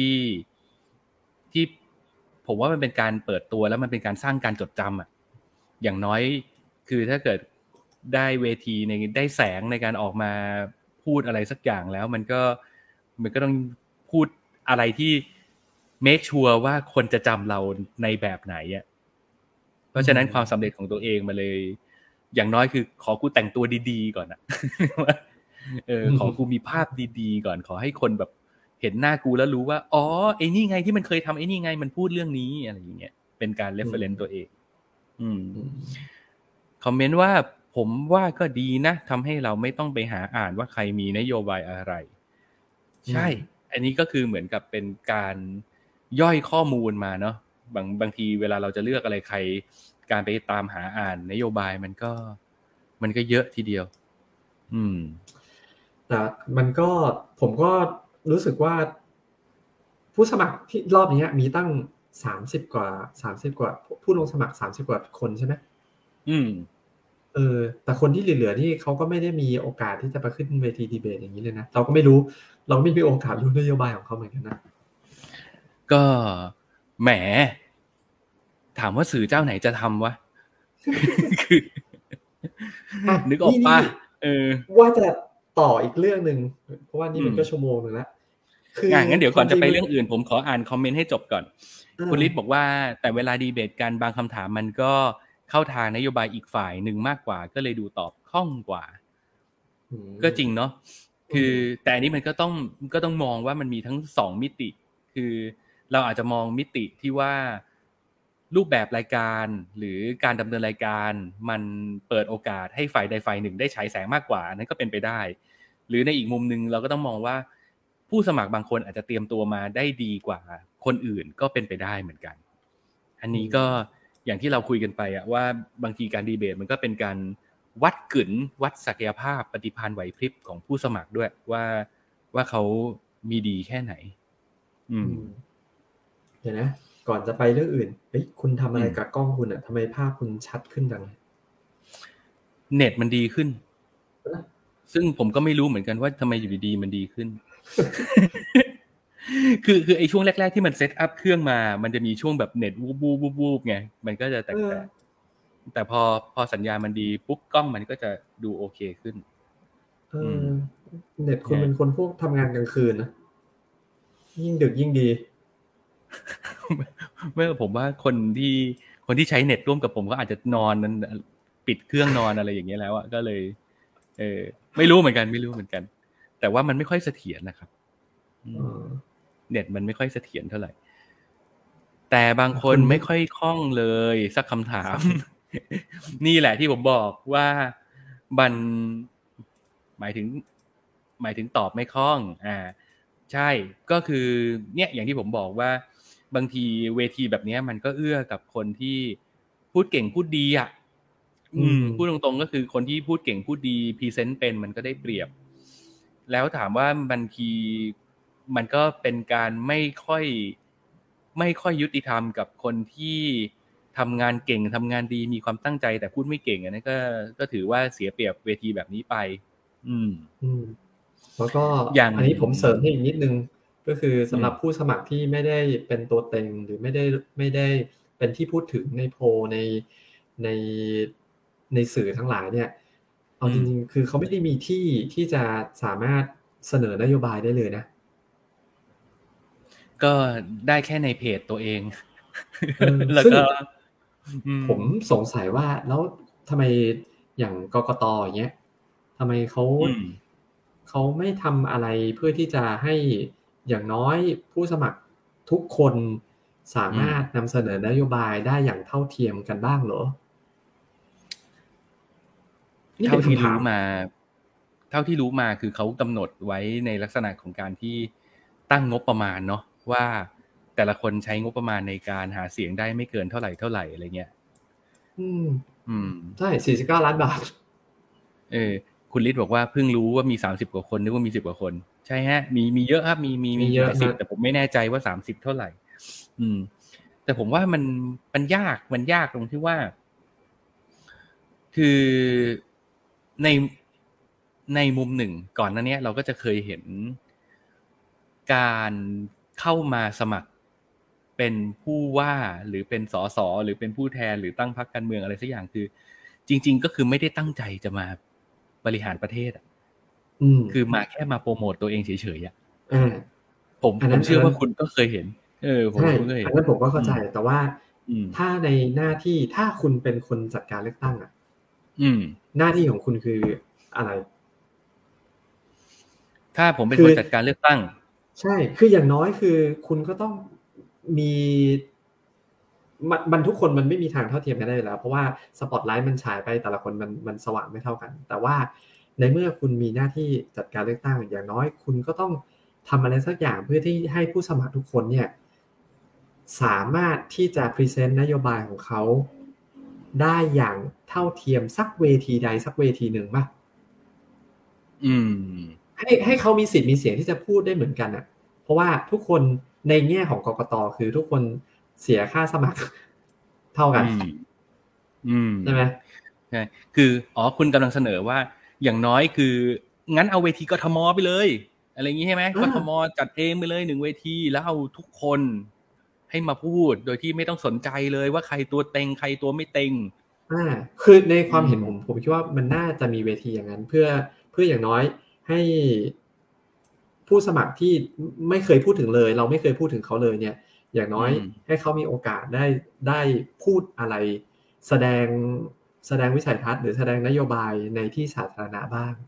ที่ผมว่ามันเป็นการเปิดตัวแล้วมันเป็นการสร้างการจดจำอย่างน้อยคือถ้าเกิดได้เวทีในได้แสงในการออกมาพูดอะไรสักอย่างแล้วมันก็ต้องพูดอะไรที่make sure ว่าคนจะจำเราในแบบไหนเพราะฉะนั้นความสำเร็จของตัวเองมาเลยอย่างน้อยคือขอกูแต่งตัวดีๆก่อนขอกูมีภาพดีๆก่อนขอให้คนแบบเห็นหน้ากูแล้วรู้ว่าอ๋อไอ้นี่ไงที่มันเคยทำไอ้นี่ไงมันพูดเรื่องนี้อะไรอย่างเงี้ยเป็นการ reference ตัวเองคอมเมนต์ว่าผมว่าก็ดีนะทำให้เราไม่ต้องไปหาอ่านว่าใครมีนโยบายอะไรใช่อันนี้ก็คือเหมือนกับเป็นการย่อยข้อมูลมาเนาะบางทีเวลาเราจะเลือกอะไรใครการไปตามหาอ่านนโยบายมันก็เยอะทีเดียวแต่มันก็ผมก็รู้สึกว่าผู้สมัครที่รอบนี้มีตั้ง30 กว่าผู้ลงสมัคร30 กว่าคนใช่ไหมแต่คนที่เหลือที่เขาก็ไม่ได้มีโอกาสที่จะไปขึ้นเวทีดีเบตอย่างนี้เลยนะเราก็ไม่รู้เราไม่มีโอกาสรู้นโยบายของเขาเหมือนกันนะก็แหมถามว่าสื่อเจ้าไหนจะทำวะคือนึกออกป่ะว่าจะต่ออีกเรื่องนึงเพราะว่านี่มันก็ชั่วโมงนึงแล้วงั้นเดี๋ยวก่อนจะไปเรื่องอื่นผมขออ่านคอมเมนต์ให้จบก่อนคุณฤทธิ์บอกว่าแต่เวลาดีเบตกันบางคำถามมันก็เข้าทางนโยบายอีกฝ่ายหนึ่งมากกว่าก็เลยดูตอบคล่องกว่าก็จริงเนาะคือแต่อันนี้มันก็ต้องมองว่ามันมีทั้ง2มิติคือเราอาจจะมองมิติที่ว่ารูปแบบรายการหรือการดำเนินรายการมันเปิดโอกาสให้ฝ่ายใดฝ่ายหนึ่งได้ฉายแสงมากกว่านั้นก็เป็นไปได้หรือในอีกมุมนึงเราก็ต้องมองว่าผู้สมัครบางคนอาจจะเตรียมตัวมาได้ดีกว่าคนอื่นก็เป็นไปได้เหมือนกันอันนี้ก็อย่างที่เราคุยกันไปว่าบางทีการดีเบตมันก็เป็นการวัดกึ๋นวัดศักยภาพปฏิภาณไหวพริบของผู้สมัครด้วยว่าเขามีดีแค่ไหนเดี๋ยวนะก่อนจะไปเรื่องอื่นคุณทำอะไรกับกล้องคุณทำไมภาพคุณชัดขึ้นจังเน็ตมันดีขึ้นซึ่งผมก็ไม่รู้เหมือนกันว่าทำไมอยู่ดีๆมันดีขึ้น คือไอ้ช่วงแรกๆที่มันเซตอัพเครื่องมามันจะมีช่วงแบบเน็ตวูบๆไงมันก็จะแตกๆแต่พอสัญญาณมันดีปุ๊บกล้องมันก็จะดูโอเคขึ้นเน็ตคุณเป็นคนพวกทำงานกลางคืนนะยิ่งดึกยิ่งดีไม่ผมว่าคนที่ใช้เน็ตร่วมกับผมก็อาจจะนอนนั้นปิดเครื่องนอนอะไรอย่างเงี้ยแล้วก็เลยไม่รู้เหมือนกันแต่ว่ามันไม่ค่อยเสถียรนะครับเน็ตมันไม่ค่อยเสถียรเท่าไหร่แต่บางคนไม่ค่อยคล่องเลยสักคำถามนี่แหละที่ผมบอกว่ามันหมายถึงตอบไม่คล่องใช่ก็คือเนี่ยอย่างที่ผมบอกว่าบางทีเวทีแบบนี้มันก็เอื้อกับคนที่พูดเก่งพูดดีพูดตรงๆก็คือคนที่พูดเก่งพูดดีพรีเซนต์เป็นมันก็ได้เปรียบแล้วถามว่าบางทีมันก็เป็นการไม่ค่อยยุติธรรมกับคนที่ทำงานเก่งทำงานดีมีความตั้งใจแต่พูดไม่เก่งอันนั้นก็ถือว่าเสียเปรียบเวทีแบบนี้ไปแล้วก็อันนี้ผมเสริมให้อีกนิดนึงก็คือสำหรับผู้สมัครที่ไม่ได้เป็นตัวเต็งหรือไม่ได้เป็นที่พูดถึงในโพลในสื่อทั้งหลายเนี่ยเอาจริงๆคือเขาไม่ได้มีที่จะสามารถเสนอนโยบายได้เลยนะก็ได้แค่ในเพจตัวเองแล้วก็ผมสงสัยว่าแล้วทำไมอย่างกกต.อย่างเงี้ยทำไมเขาไม่ทำอะไรเพื่อที่จะให้อย่างน้อยผู้สมัครทุกคนสามารถนำเสนอนโยบายได้อย่างเท่าเทียมกันบ้างเหรอเท่าที่รู้มาคือเขากำหนดไว้ในลักษณะของการที่ตั้งงบประมาณเนาะว่าแต่ละคนใช้งบประมาณในการหาเสียงได้ไม่เกินเท่าไหร่อะไรเงี้ยใช่49 ล้านบาทคุณฤทธิ์บอกว่าเพิ่งรู้ว่ามี30กว่าคนนึกว่ามี10กว่าคนใช่ฮะมีเยอะครับมีเยอะ 10แต่ผมไม่แน่ใจว่า30เท่าไหร่แต่ผมว่ามันยากตรงที่ว่าคือในมุมหนึ่งก่อนหน้านี้เราก็จะเคยเห็นการเข้ามาสมัครเป็นผู้ว่าหรือเป็นสสหรือเป็นผู้แทนหรือตั้งพรรคการเมืองอะไรสักอย่างคือจริงๆก็คือไม่ได้ตั้งใจจะมาบริหารประเทศคือมาแค่มาโปรโมตตัวเองเฉยๆผมเชื่อว่าคุณก็เคยเห็นผมก็เคยเห็นอันนั้นผมก็เข้าใจแต่ว่าถ้าในหน้าที่ถ้าคุณเป็นคนจัดการเลือกตั้งหน้าที่ของคุณคืออะไรถ้าผมเป็นคนจัดการเลือกตั้งใช่คืออย่างน้อยคือคุณก็ต้องมีมันทุกคนมันไม่มีทางเท่าเทียมกันได้แล้วเพราะว่าสปอตไลท์มันฉายไปแต่ละคนมันสว่างไม่เท่ากันแต่ว่าในเมื่อคุณมีหน้าที่จัดการเลือกตั้งอย่างน้อยคุณก็ต้องทำอะไรสักอย่างเพื่อที่ให้ผู้สมัครทุกคนเนี่ยสามารถที่จะพรีเซนต์นโยบายของเขาได้อย่างเท่าเทียมสักเวทีใดสักเวทีหนึ่งป่ะให้เขามีสิทธิ์มีเสียงที่จะพูดได้เหมือนกันอ่ะเพราะว่าทุกคนในแง่ของกกต.คือทุกคนเสียค่าสมัครเท่ากันใช่ไหมใช่คือคุณกำลังเสนอว่าอย่างน้อยคืองั้นเอาเวทีกทม.ไปเลยอะไรอย่างนี้ใช่ไหมกทม.จัดเองไปเลย1เวทีแล้วเอาทุกคนให้มาพูดโดยที่ไม่ต้องสนใจเลยว่าใครตัวเต็งใครตัวไม่เต็งคือในความเห็นผมคิดว่ามันน่าจะมีเวทีอย่างนั้นเพื่ออย่างน้อยให้ผู้สมัครที่ไม่เคยพูดถึงเลยเราไม่เคยพูดถึงเขาเลยเนี่ยอย่างน้อยให้เขามีโอกาสได้พูดอะไรแสดงวิสัยทัศน์หรือแสดงนโยบายในที่สาธารณะบ้าง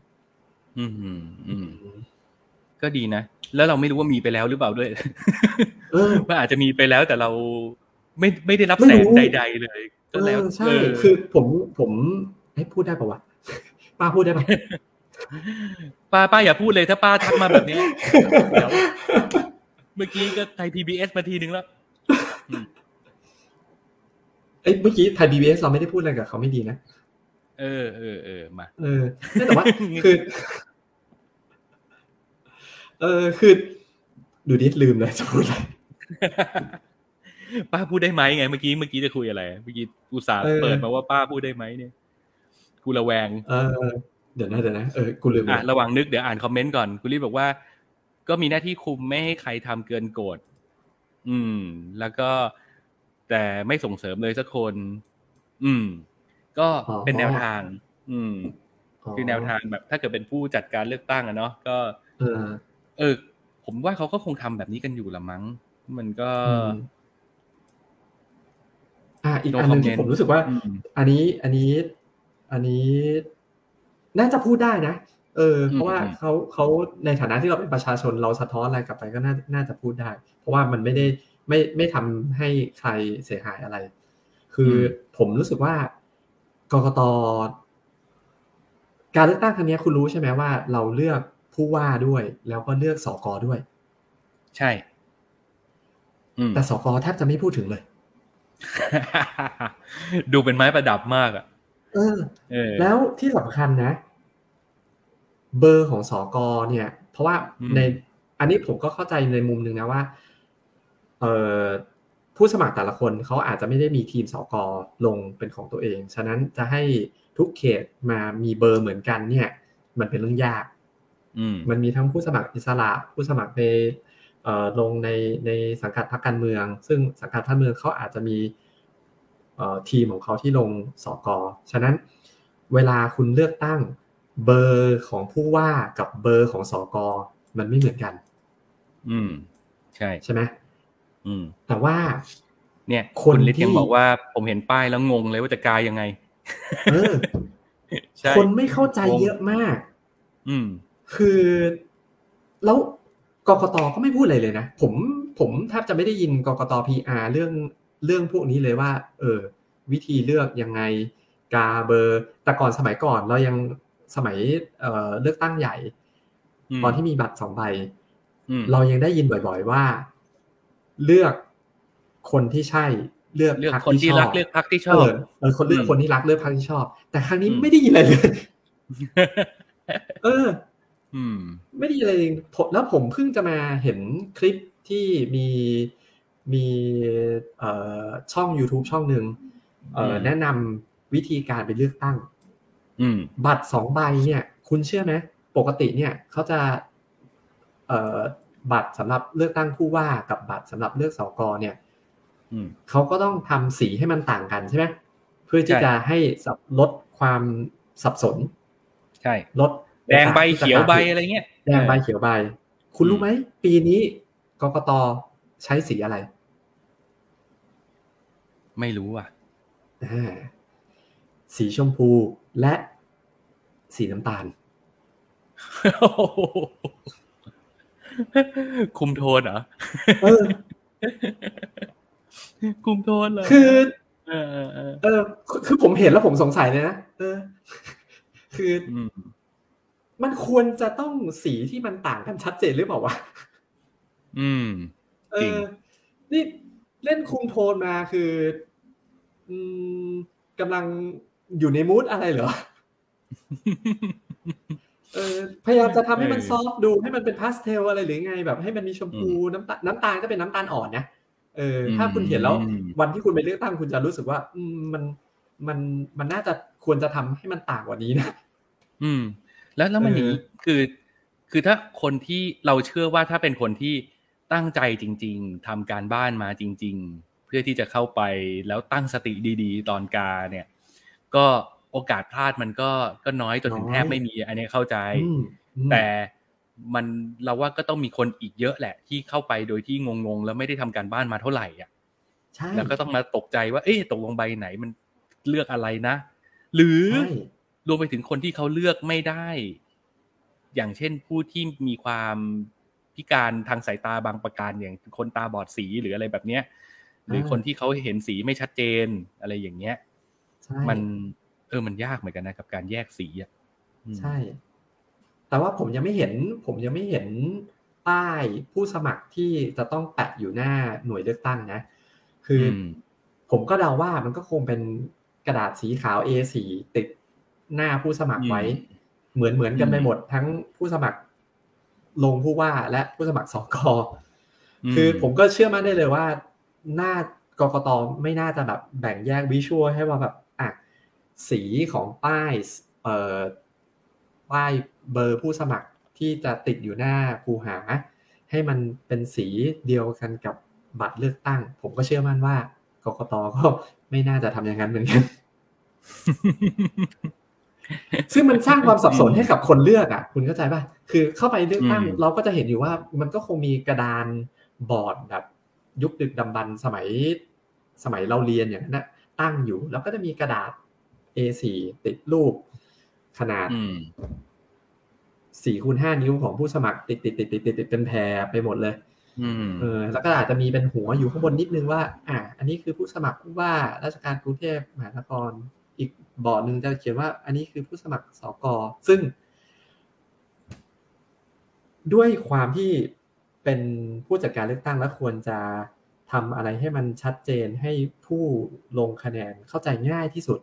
ก็ดีนะแล้วเราไม่รู้ว่ามีไปแล้วหรือเปล่าด้วยว่าอาจจะมีไปแล้วแต่เราไม่ได้รับแสงใดๆเลยก็แล้วใช่คือผมพูดได้ป่าววะป้าพูดได้ป่ะป้าอย่าพูดเลยถ้าป้าทักมาแบบนี้เดี๋ยวเมื่อกี้ก็ไทย PBS มาทีนึงแล้วเมื่อกี้ไทย PBS เราไม่ได้พูดอะไรกับเขาไม่ดีนะมาแต่ว่าคือดูดิลืมเลยจะพูดอะไรป้าพูดได้ไหมไงเมื่อกี้จะคุยอะไรเมื่อกี้อุตส่าห์เปิดมาว่าป้าพูดได้ไหมเนี่ยกูระแวงเดี๋ยวนะกูลืมระหว่างนึกเดี๋ยวอ่านคอมเมนต์ก่อนกูรีบบอกว่าก็มีหน้าที่คุมไม่ให้ใครทำเกินกฎแล้วก็แต่ไม่ส่งเสริมเลยสักคนก็เป็นแนวทางคือแนวทางแบบถ้าเกิดเป็นผู้จัดการเลือกตั้งอะเนาะก็ผมว่าเขาก็คงทำแบบนี้กันอยู่ละมั้งมันก็อีกอันนึงที่ผมรู้สึกว่าอันนี้น่าจะพูดได้นะเพราะว่าเขาในฐานะที่เราเป็นประชาชนเราสะท้อนอะไรกลับไปก็น่าจะพูดได้เพราะว่ามันไม่ได้ไม่ทำให้ใครเสียหายอะไรคือผมรู้สึกว่ากกต.การเลือกตั้งครั้งนี้คุณรู้ใช่ไหมว่าเราเลือกผู้ว่าด้วยแล้วก็เลือกสก.ด้วยใช่แต่สก.แทบจะไม่พูดถึงเลยดูเป็นไม้ประดับมากอ่ะแล้วที่สำคัญนะเบอร์ของสก.เนี่ยเพราะว่าในอันนี้ผมก็เข้าใจในมุมนึงนะว่าผู้สมัครแต่ละคนเขาอาจจะไม่ได้มีทีมสก.ลงเป็นของตัวเองฉะนั้นจะให้ทุกเขตมามีเบอร์เหมือนกันเนี่ยมันเป็นเรื่องยากมันมีทั้งผู้สมัครอิสระผู้สมัครในลงในสังกัดพรรคการเมืองซึ่งสังกัดพรรคการเมืองเขาอาจจะมีทีมของเขาที่ลงสก.ฉะนั้นเวลาคุณเลือกตั้งเบอร์ของผู้ว่ากับเบอร์ของสก.มันไม่เหมือนกันใช่ไหมแต่ว่าเนี่ยคนลิศยังบอกว่าผมเห็นป้ายแล้วงงเลยว่าจะกายังไงคนไม่เข้าใจเยอะมากคือแล้วกกต.ก็ไม่พูดอะไรเลยนะผมแทบจะไม่ได้ยินกกต. PR เรื่องพวกนี้เลยว่าวิธีเลือกยังไงกาเบอร์แต่ก่อนสมัยก่อนเรายังสมัยเลือกตั้งใหญ่ตอนที่มีบัตร2ใบเรายังได้ยินบ่อยๆว่าเลือกคนที่ใช่เลือกพรรคที่ชอบเลือกพรรคที่ชอบคนเลือกคนที่รักเลือกพรรคที่ชอบแต่ครั้งนี้ไม่ได้ยินอะไรเลยไม่ได้ยินอะไรแล้วผมเพิ่งจะมาเห็นคลิปที่มีช่อง YouTube ช่องนึงแนะนำวิธีการไปเลือกตั้งบัตร2ใบเนี่ยคุณเชื่อไหมปกติเนี่ยเขาจะบัตรสำหรับเลือกตั้งผู้ว่ากับบัตรสำหรับเลือกสก.เนี่ยเขาก็ต้องทำสีให้มันต่างกันใช่ไหมเพื่อที่จะให้ลดความสับสนใช่ลดแดงใบเขียวใบอะไรเงี้ยแดงใบเขียวใบคุณรู้ไหมปีนี้กกต.ใช้สีอะไรไม่รู้อ่ะสีชมพูและสีน้ำตาลคุมโทนเหรอคุมโทนเหรอคือผมเห็นแล้วผมสงสัยเลยนะคือมันควรจะต้องสีที่มันต่างกันชัดเจนหรือเปล่าวะจริงนี่เล่นคุมโทนมาคือกำลังอยู่ในมูดอะไรเหรอพยายามจะทำให้มันซอฟต์ดูให้มันเป็นพาสเทลอะไรหรือไงแบบให้มันมีชมพูน้ำตาลก็เป็นน้ำตาลอ่อนนะถ้าคุณเห็นแล้ววันที่คุณไปเลือกตั้งคุณจะรู้สึกว่ามันน่าจะควรจะทำให้มันต่างกว่านี้นะแล้วมันอย่างนี้คือถ้าคนที่เราเชื่อว่าถ้าเป็นคนที่ตั้งใจจริงๆทำการบ้านมาจริงๆเพื่อที่จะเข้าไปแล้วตั้งสติดีๆตอนกาเนี่ยก็โอกาสพลาดมันก็น้อยจนถึงแทบไม่มีอันนี้เข้าใจแต่มันเราว่าก็ต้องมีคนอีกเยอะแหละที่เข้าไปโดยที่งงๆแล้วไม่ได้ทำการบ้านมาเท่าไหร่อ่ะแล้วก็ต้องมาตกใจว่าตกลงใบไหนมันเลือกอะไรนะหรือรวมไปถึงคนที่เขาเลือกไม่ได้อย่างเช่นผู้ที่มีความพิการทางสายตาบางประการอย่างคนตาบอดสีหรืออะไรแบบเนี้ยหรือคนที่เขาเห็นสีไม่ชัดเจนอะไรอย่างเงี้ยมันยากเหมือนกันนะกับการแยกสีอ่ะใช่แต่ว่าผมยังไม่เห็นป้ายผู้สมัครที่จะต้องแปะอยู่หน้าหน่วยเลือกตั้งนะคือผมก็เดาว่ามันก็คงเป็นกระดาษสีขาว A4 ติดหน้าผู้สมัครไว้เหมือนกันไปหมดทั้งผู้สมัครลงผู้ว่าและผู้สมัครสก.คือผมก็เชื่อมั่นได้เลยว่าหน้ากกต.ไม่น่าจะแบบแบ่งแยกวิชวลให้ว่าแบบสีของป้ายเบอร์ผู้สมัครที่จะติดอยู่หน้าคูหาให้มันเป็นสีเดียวกันกับบัตรเลือกตั้งผมก็เชื่อมั่นว่ากกต.ก็ไม่น่าจะทำอย่างนั้นเหมือนกัน ซึ่งมันสร้างความสับสนให้กับคนเลือกอ่ะคุณเข้าใจป่ะคือเข้าไปเลือกตั้งเราก็จะเห็นอยู่ว่ามันก็คงมีกระดานบอร์ดแบบยุคดึกดำบรรพ์สมัยเราเรียนอย่างนั้นนะตั้งอยู่แล้วก็จะมีกระดาษ A4 ติดรูปขนาด4x5 นิ้วของผู้สมัครติดเป็นแพรไปหมดเลยแล้วก็อาจจะมีเป็นหัวอยู่ข้างบนนิดนึงว่าอันนี้คือผู้สมัครผู้ว่าราชการกรุงเทพมหานครอีกบอร์ดนึงจะเขียนว่าอันนี้คือผู้สมัครสก.ซึ่งด้วยความที่เป็นผู้จัดการเลือกตั้งแล้วควรจะทำอะไรให้มันชัดเจนให้ผู้ลงคะแนนเข้าใจง่ายที่สุด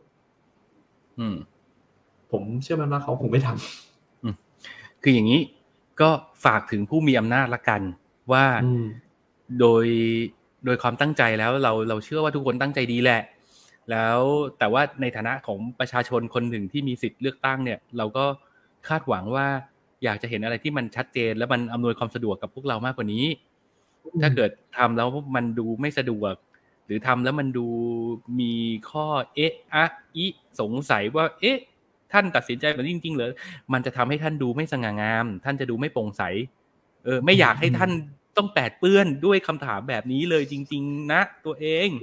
ผมเชื่อมั่นว่าเขาคงไม่ทำคืออย่างนี้ก็ฝากถึงผู้มีอำนาจละกันว่าโดโดยความตั้งใจแล้วเราเชื่อว่าทุกคนตั้งใจดีแหละแล้วแต่ว่าในฐานะของประชาชนคนหนึ่งที่มีสิทธิ์เลือกตั้งเนี่ยเราก็คาดหวังว่าอยากจะเห็นอะไรที่มันชัดเจนและมันอำนวยความสะดวกกับพวกเรามากกว่านี้ถ้าเกิดทำแล้วมันดูไม่สะดวกหรือทำแล้วมันดูมีข้ออิสงสัยว่าท่านตัดสินใจแบบนี้จริงๆเหรอมันจะทำให้ท่านดูไม่สง่างามท่านจะดูไม่โปร่งใสไม่อยากให้ท่านต้องแปดเปื้อนด้วยคำถามแบบนี้เลยจริงๆนะตัวเอง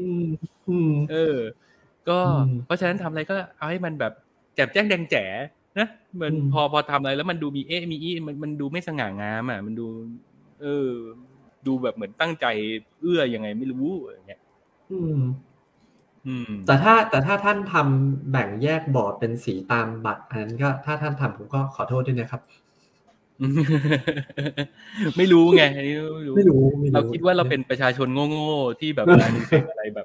ก็เพราะฉะนั้นทำอะไรก็เอาให้มันแบบแจ่มแจ้งแดงแจ๋นะมันพอทำอะไรแล้วมันดูมีมีมันดูไม่สง่างามอ่ะมันดูดูแบบเหมือนตั้งใจเอื้อยังไงไม่รู้อย่างเงี้ยแต่ถ้าท่านทำแบ่งแยกบอร์ดเป็นสีตามบัตรอันนั้นก็ถ้าท่านทำผมก็ขอโทษด้วยนะครับไม่รู้ไงอันนี้ไม่รู้เราคิดว่าเราเป็นประชาชนโง่ๆที่แบบรู้สึกอะไรแบบ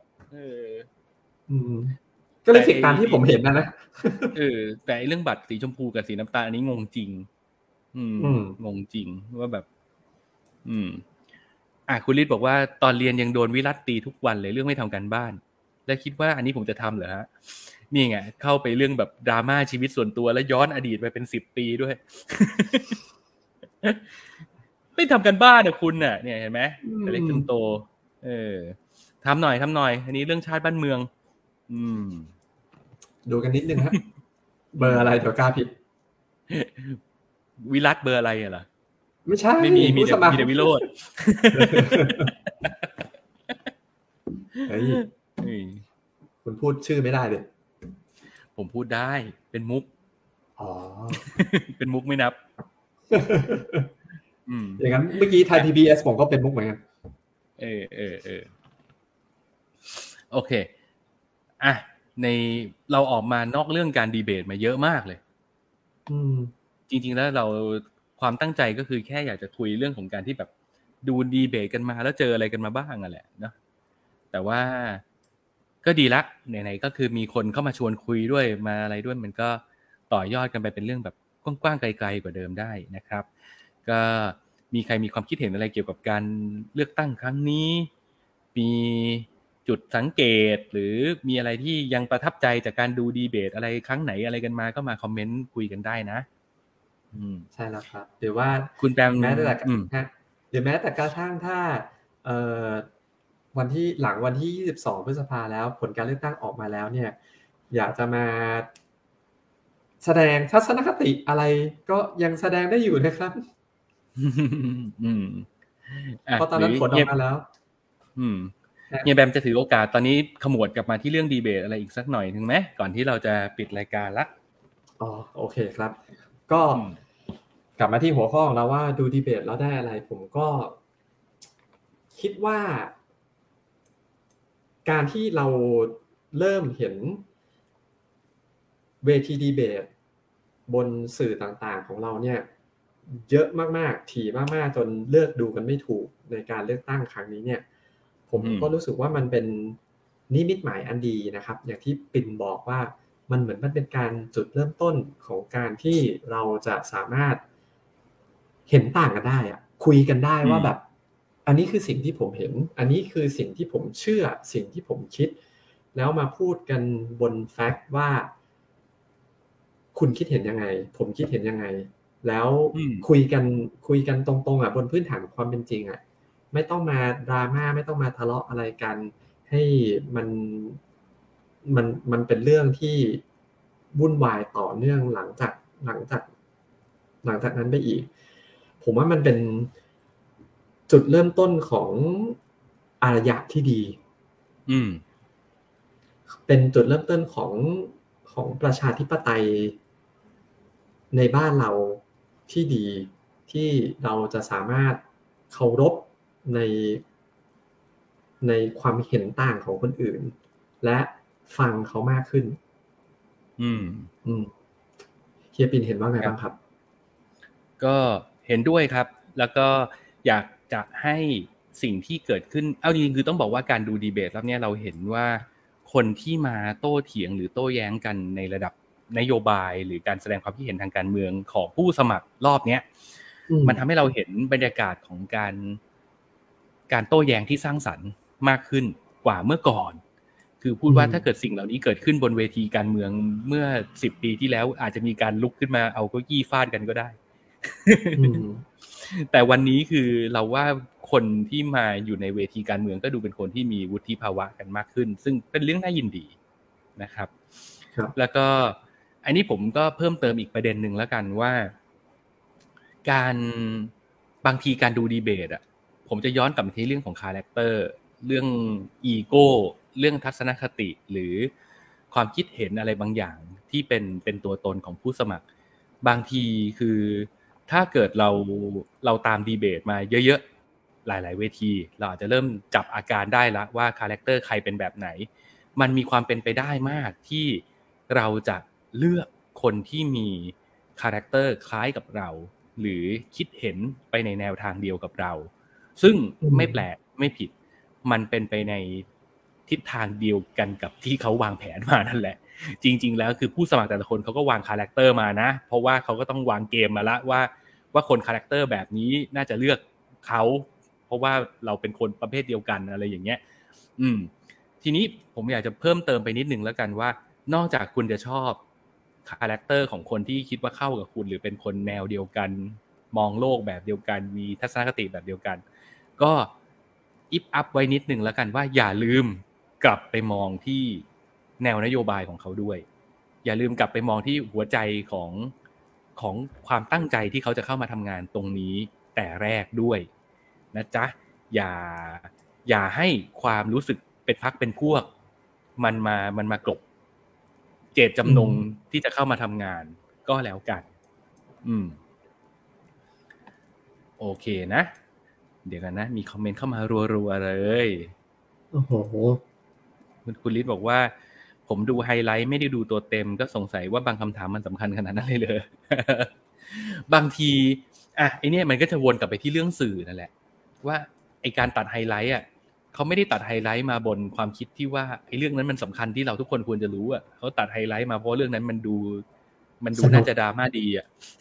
ก็เลยสิตามที่ผมเห็นนะแต่เรื่องบัตรสีชมพูกับสีน้ำตาลอันนี้งงจริงงงจริงว่าแบบคุณฤทธิ์บอกว่าตอนเรียนยังโดนวิรัตตีทุกวันเลยเรื่องไม่ทำการบ้านแล้วคิดว่าอันนี้ผมจะทำเหรอฮะนี่ไงเข้าไปเรื่องแบบดราม่าชีวิตส่วนตัวแล้วย้อนอดีตไปเป็น10 ปีด้วย ไม่ทำกันบ้านนะคุณน่ะเนี่ยเห็นไหมแต่เล็กจนโตทำหน่อยอันนี้เรื่องชาติบ้านเมืองดูกันนิดนึงฮะเบอร์อะไรเดี๋ยวกล้าผิดวิรัตเบอร์อะไรเหรอไม่ใช่ไม่มีเดวิโรจน์เฮ้ยคุณพูดชื่อไม่ได้เลยผมพูดได้เป็นมุกอ๋อเป็นมุกไม่นับอย่างนั้นเมื่อกี้ไทย PBS ผมก็เป็นมุกเหมือนกันโอเคในเราออกมานอกเรื่องการดีเบตมาเยอะมากเลยจริงๆแล้วเราความตั้งใจก็คือแค่อยากจะคุยเรื่องของการที่แบบดูดีเบตกันมาแล้วเจออะไรกันมาบ้างอ่ะแหละเนาะแต่ว่าก็ดีละไหนๆก็คือมีคนเข้ามาชวนคุยด้วยมาอะไรด้วยมันก็ต่อยอดกันไปเป็นเรื่องแบบกว้างๆไกลๆกว่าเดิมได้นะครับก็มีใครมีความคิดเห็นอะไรเกี่ยวกับการเลือกตั้งครั้งนี้มีจุดสังเกตหรือมีอะไรที่ยังประทับใจจากการดูดีเบตอะไรครั้งไหนอะไรกันมาก็มาคอมเมนต์คุยกันได้นะใช่แล้วครับหรือว่าคุณแปมแม้แต่หรือแม้แต่กระทั่งถ้าวันที่หลังวันที่22พฤษภาแล้วผลการเลือกตั้งออกมาแล้วเนี่ยอยากจะมาแสดงทัศนคติอะไรก็ยังแสดงได้อยู่นะครับเพราะตอนนั้นผลออกมาแล้วเฮียแบมจะถือโอกาสตอนนี้ขมวดกลับมาที่เรื่องดีเบตอะไรอีกสักหน่อยถึงไหมก่อนที่เราจะปิดรายการละโอเคครับก็กลับมาที่หัวข้อของเราว่าดูดีเบตแล้วได้อะไรผมก็คิดว่าการที่เราเริ่มเห็นเวทีดีเบตบนสื่อต่างๆของเราเนี่ยเยอะมากๆถี่มากๆจนเลือกดูกันไม่ถูกในการเลือกตั้งครั้งนี้เนี่ยผมก็รู้สึกว่ามันเป็นนิมิตหมายอันดีนะครับอย่างที่ปิ่นบอกว่ามันเหมือนมันเป็นการจุดเริ่มต้นของการที่เราจะสามารถเห็นต่างกันได้อะคุยกันได้ว่าแบบอันนี้คือสิ่งที่ผมเห็นอันนี้คือสิ่งที่ผมเชื่อสิ่งที่ผมคิดแล้วมาพูดกันบนแฟกต์ว่าคุณคิดเห็นยังไงผมคิดเห็นยังไงแล้วคุยกันตรงๆอ่ะบนพื้นฐานของความเป็นจริงอ่ะไม่ต้องมาดราม่าไม่ต้องมาทะเลาะอะไรกันให้มันเป็นเรื่องที่วุ่นวายต่อเนื่องหลังจากนั้นไปอีกผมว่ามันเป็นจุดเริ่มต้นของอารยะที่ดีเป็นจุดเริ่มต้นของประชาธิปไตยในบ้านเราที่ดีที่เราจะสามารถเคารพในความเห็นต่างของคนอื่นและฟังเขามากขึ้นเฮียปินเห็นว่าไงบ้างครับก็เห็นด้วยครับแล้วก็อยากจะให้สิ่งที่เกิดขึ้นเอาจริงๆคือต้องบอกว่าการดูดีเบตรอบนี้เราเห็นว่าคนที่มาโต้เถียงหรือโต้แย้งกันในระดับนโยบายหรือการแสดงความคิดเห็นทางการเมืองของผู้สมัครรอบนี้มันทำให้เราเห็นบรรยากาศของการโต้แย้งที่สร้างสรรค์มากขึ้นกว่าเมื่อก่อนคือพูดว่าถ้าเกิดสิ่งเหล่านี้เกิดขึ้นบนเวทีการเมืองเมื่อ10 ปีที่แล้วอาจจะมีการลุกขึ้นมาเอาเก้าอี้ฟาดกันก็ได้แต่วันนี้คือเราว่าคนที่มาอยู่ในเวทีการเมืองก็ดูเป็นคนที่มีวุฒิภาวะกันมากขึ้นซึ่งเป็นเรื่องน่ายินดีนะครับแล้วก็อันนี้ผมก็เพิ่มเติมอีกประเด็นหนึ่งแล้วกันว่าการบางทีการดูดีเบตอ่ะผมจะย้อนกลับมาที่เรื่องของคาแรคเตอร์เรื่องอีโก้เรื่องทัศนคติหรือความคิดเห็นอะไรบางอย่างที่เป็นตัวตนของผู้สมัครบางทีคือถ้าเกิดเราตามดีเบตมาเยอะๆหลายๆเวทีเราอาจจะเริ่มจับอาการได้ละว่าคาแรคเตอร์ใครเป็นแบบไหนมันมีความเป็นไปได้มากที่เราจะเลือกคนที่มีคาแรคเตอร์คล้ายกับเราหรือคิดเห็นไปในแนวทางเดียวกับเราซึ่งไม่แปลกไม่ผิดมันเป็นไปในทิศทางเดียวกันกับที่เขาวางแผนมานั่นแหละจริงๆแล้วคือผู้สมัครแต่ละคนเขาก็วางคาแรคเตอร์มานะเพราะว่าเขาก็ต้องวางเกมมาละว่าคนคาแรคเตอร์แบบนี้น่าจะเลือกเขาเพราะว่าเราเป็นคนประเภทเดียวกันอะไรอย่างเงี้ยทีนี้ผมอยากจะเพิ่มเติมไปนิดนึงแล้วกันว่านอกจากคุณจะชอบคาแรคเตอร์ของคนที่คิดว่าเข้ากับคุณหรือเป็นคนแนวเดียวกันมองโลกแบบเดียวกันมีทัศนคติแบบเดียวกันก็อิฟอัพไว้นิดนึงแล้วกันว่าอย่าลืมกลับไปมองที่แนวนโยบายของเขาด้วยอย่าลืมกลับไปมองที่หัวใจของความตั้งใจที่เขาจะเข้ามาทำงานตรงนี้แต่แรกด้วยนะจ๊ะอย่าให้ความรู้สึกเป็นพรรคเป็นพวกมันมากลบเจตจำนงที่จะเข้ามาทำงานก็แล้วกันโอเคนะเดี๋ยวกันนะมีคอมเมนต์เข้ามารัวๆเลยโอ้โหคุณฤทธิ์บอกว่าผมดูไฮไลท์ไม่ได้ดูตัวเต็มก็สงสัยว่าบางคำถามมันสำคัญขนาดนั้นเลย บางทีไอเนี้ยมันก็จะวนกลับไปที่เรื่องสื่อนั่นแหละว่าไอการตัดไฮไลท์เขาไม่ได้ตัดไฮไลท์มาบนความคิดที่ว่าไอเรื่องนั้นมันสำคัญที่เราทุกคนควรจะรู้เขาตัดไฮไลท์มาเพราะเรื่องนั้นมันดูน่าจะดราม่าดี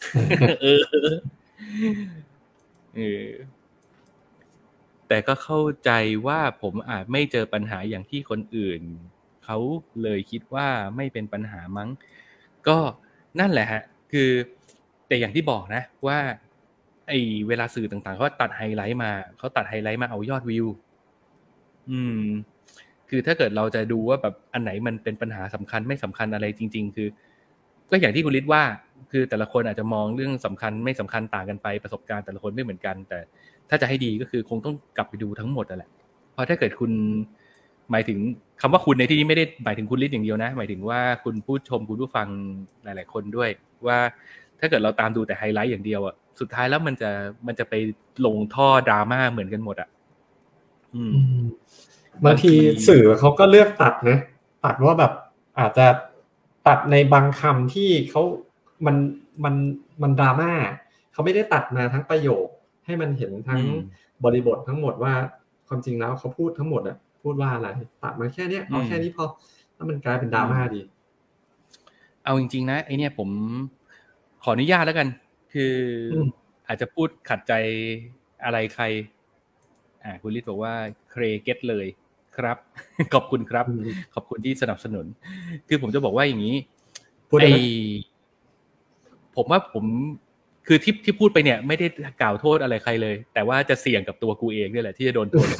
แต่ก็เข้าใจว่าผมอาจไม่เจอปัญหาอย่างที่คนอื่นเขาเลยคิดว่าไม่เป็นปัญหามั้งก็นั่นแหละฮะคือแต่อย่างที่บอกนะว่าไอ้เวลาสื่อต่างๆเขาตัดไฮไลท์มาเอายอดวิวคือถ้าเกิดเราจะดูว่าแบบอันไหนมันเป็นปัญหาสำคัญไม่สำคัญอะไรจริงๆคือก็อย่างที่คุณฤทธิ์ว่าคือแต่ละคนอาจจะมองเรื่องสำคัญไม่สำคัญต่างกันไปประสบการณ์แต่ละคนไม่เหมือนกันแต่ถ้าจะให้ดีก็คือคงต้องกลับไปดูทั้งหมดนั่นแหละเพราะถ้าเกิดคุณหมายถึงคำว่าคุณในที่นี้ไม่ได้หมายถึงคุณฤทธิ์อย่างเดียวนะหมายถึงว่าคุณผู้ชมคุณผู้ฟังหลายๆคนด้วยว่าถ้าเกิดเราตามดูแต่ไฮไลท์อย่างเดียวสุดท้ายแล้วมันจะไปลงท่อดราม่าเหมือนกันหมดบางทีสื่อเขาก็เลือกตัดนะตัดว่าแบบอาจจะตัดในบางคำที่เขามันดราม่าเขาไม่ได้ตัดมาทั้งประโยคให้มันเห็นทั้งบริบททั้งหมดว่าความจริงแล้วเขาพูดทั้งหมดพูดว่าอะไรตัดมาแค่นี้เอาแค่นี้พอแล้วมันกลายเป็นดราม่าดีเอาจริงๆนะไอเนี่ยผมขออนุญาตแล้วกันคืออาจจะพูดขัดใจอะไรใครคุณฤทธิ์บอกว่าเครเก็ตเลยครับขอบคุณครับขอบคุณที่สนับสนุนคือผมจะบอกว่าอย่างนี้ผมว่าผมคือที่พูดไปเนี่ยไม่ได้กล่าวโทษอะไรใครเลยแต่ว่าจะเสี่ยงกับตัวกูเองนี่แหละที่จะโดนโทษ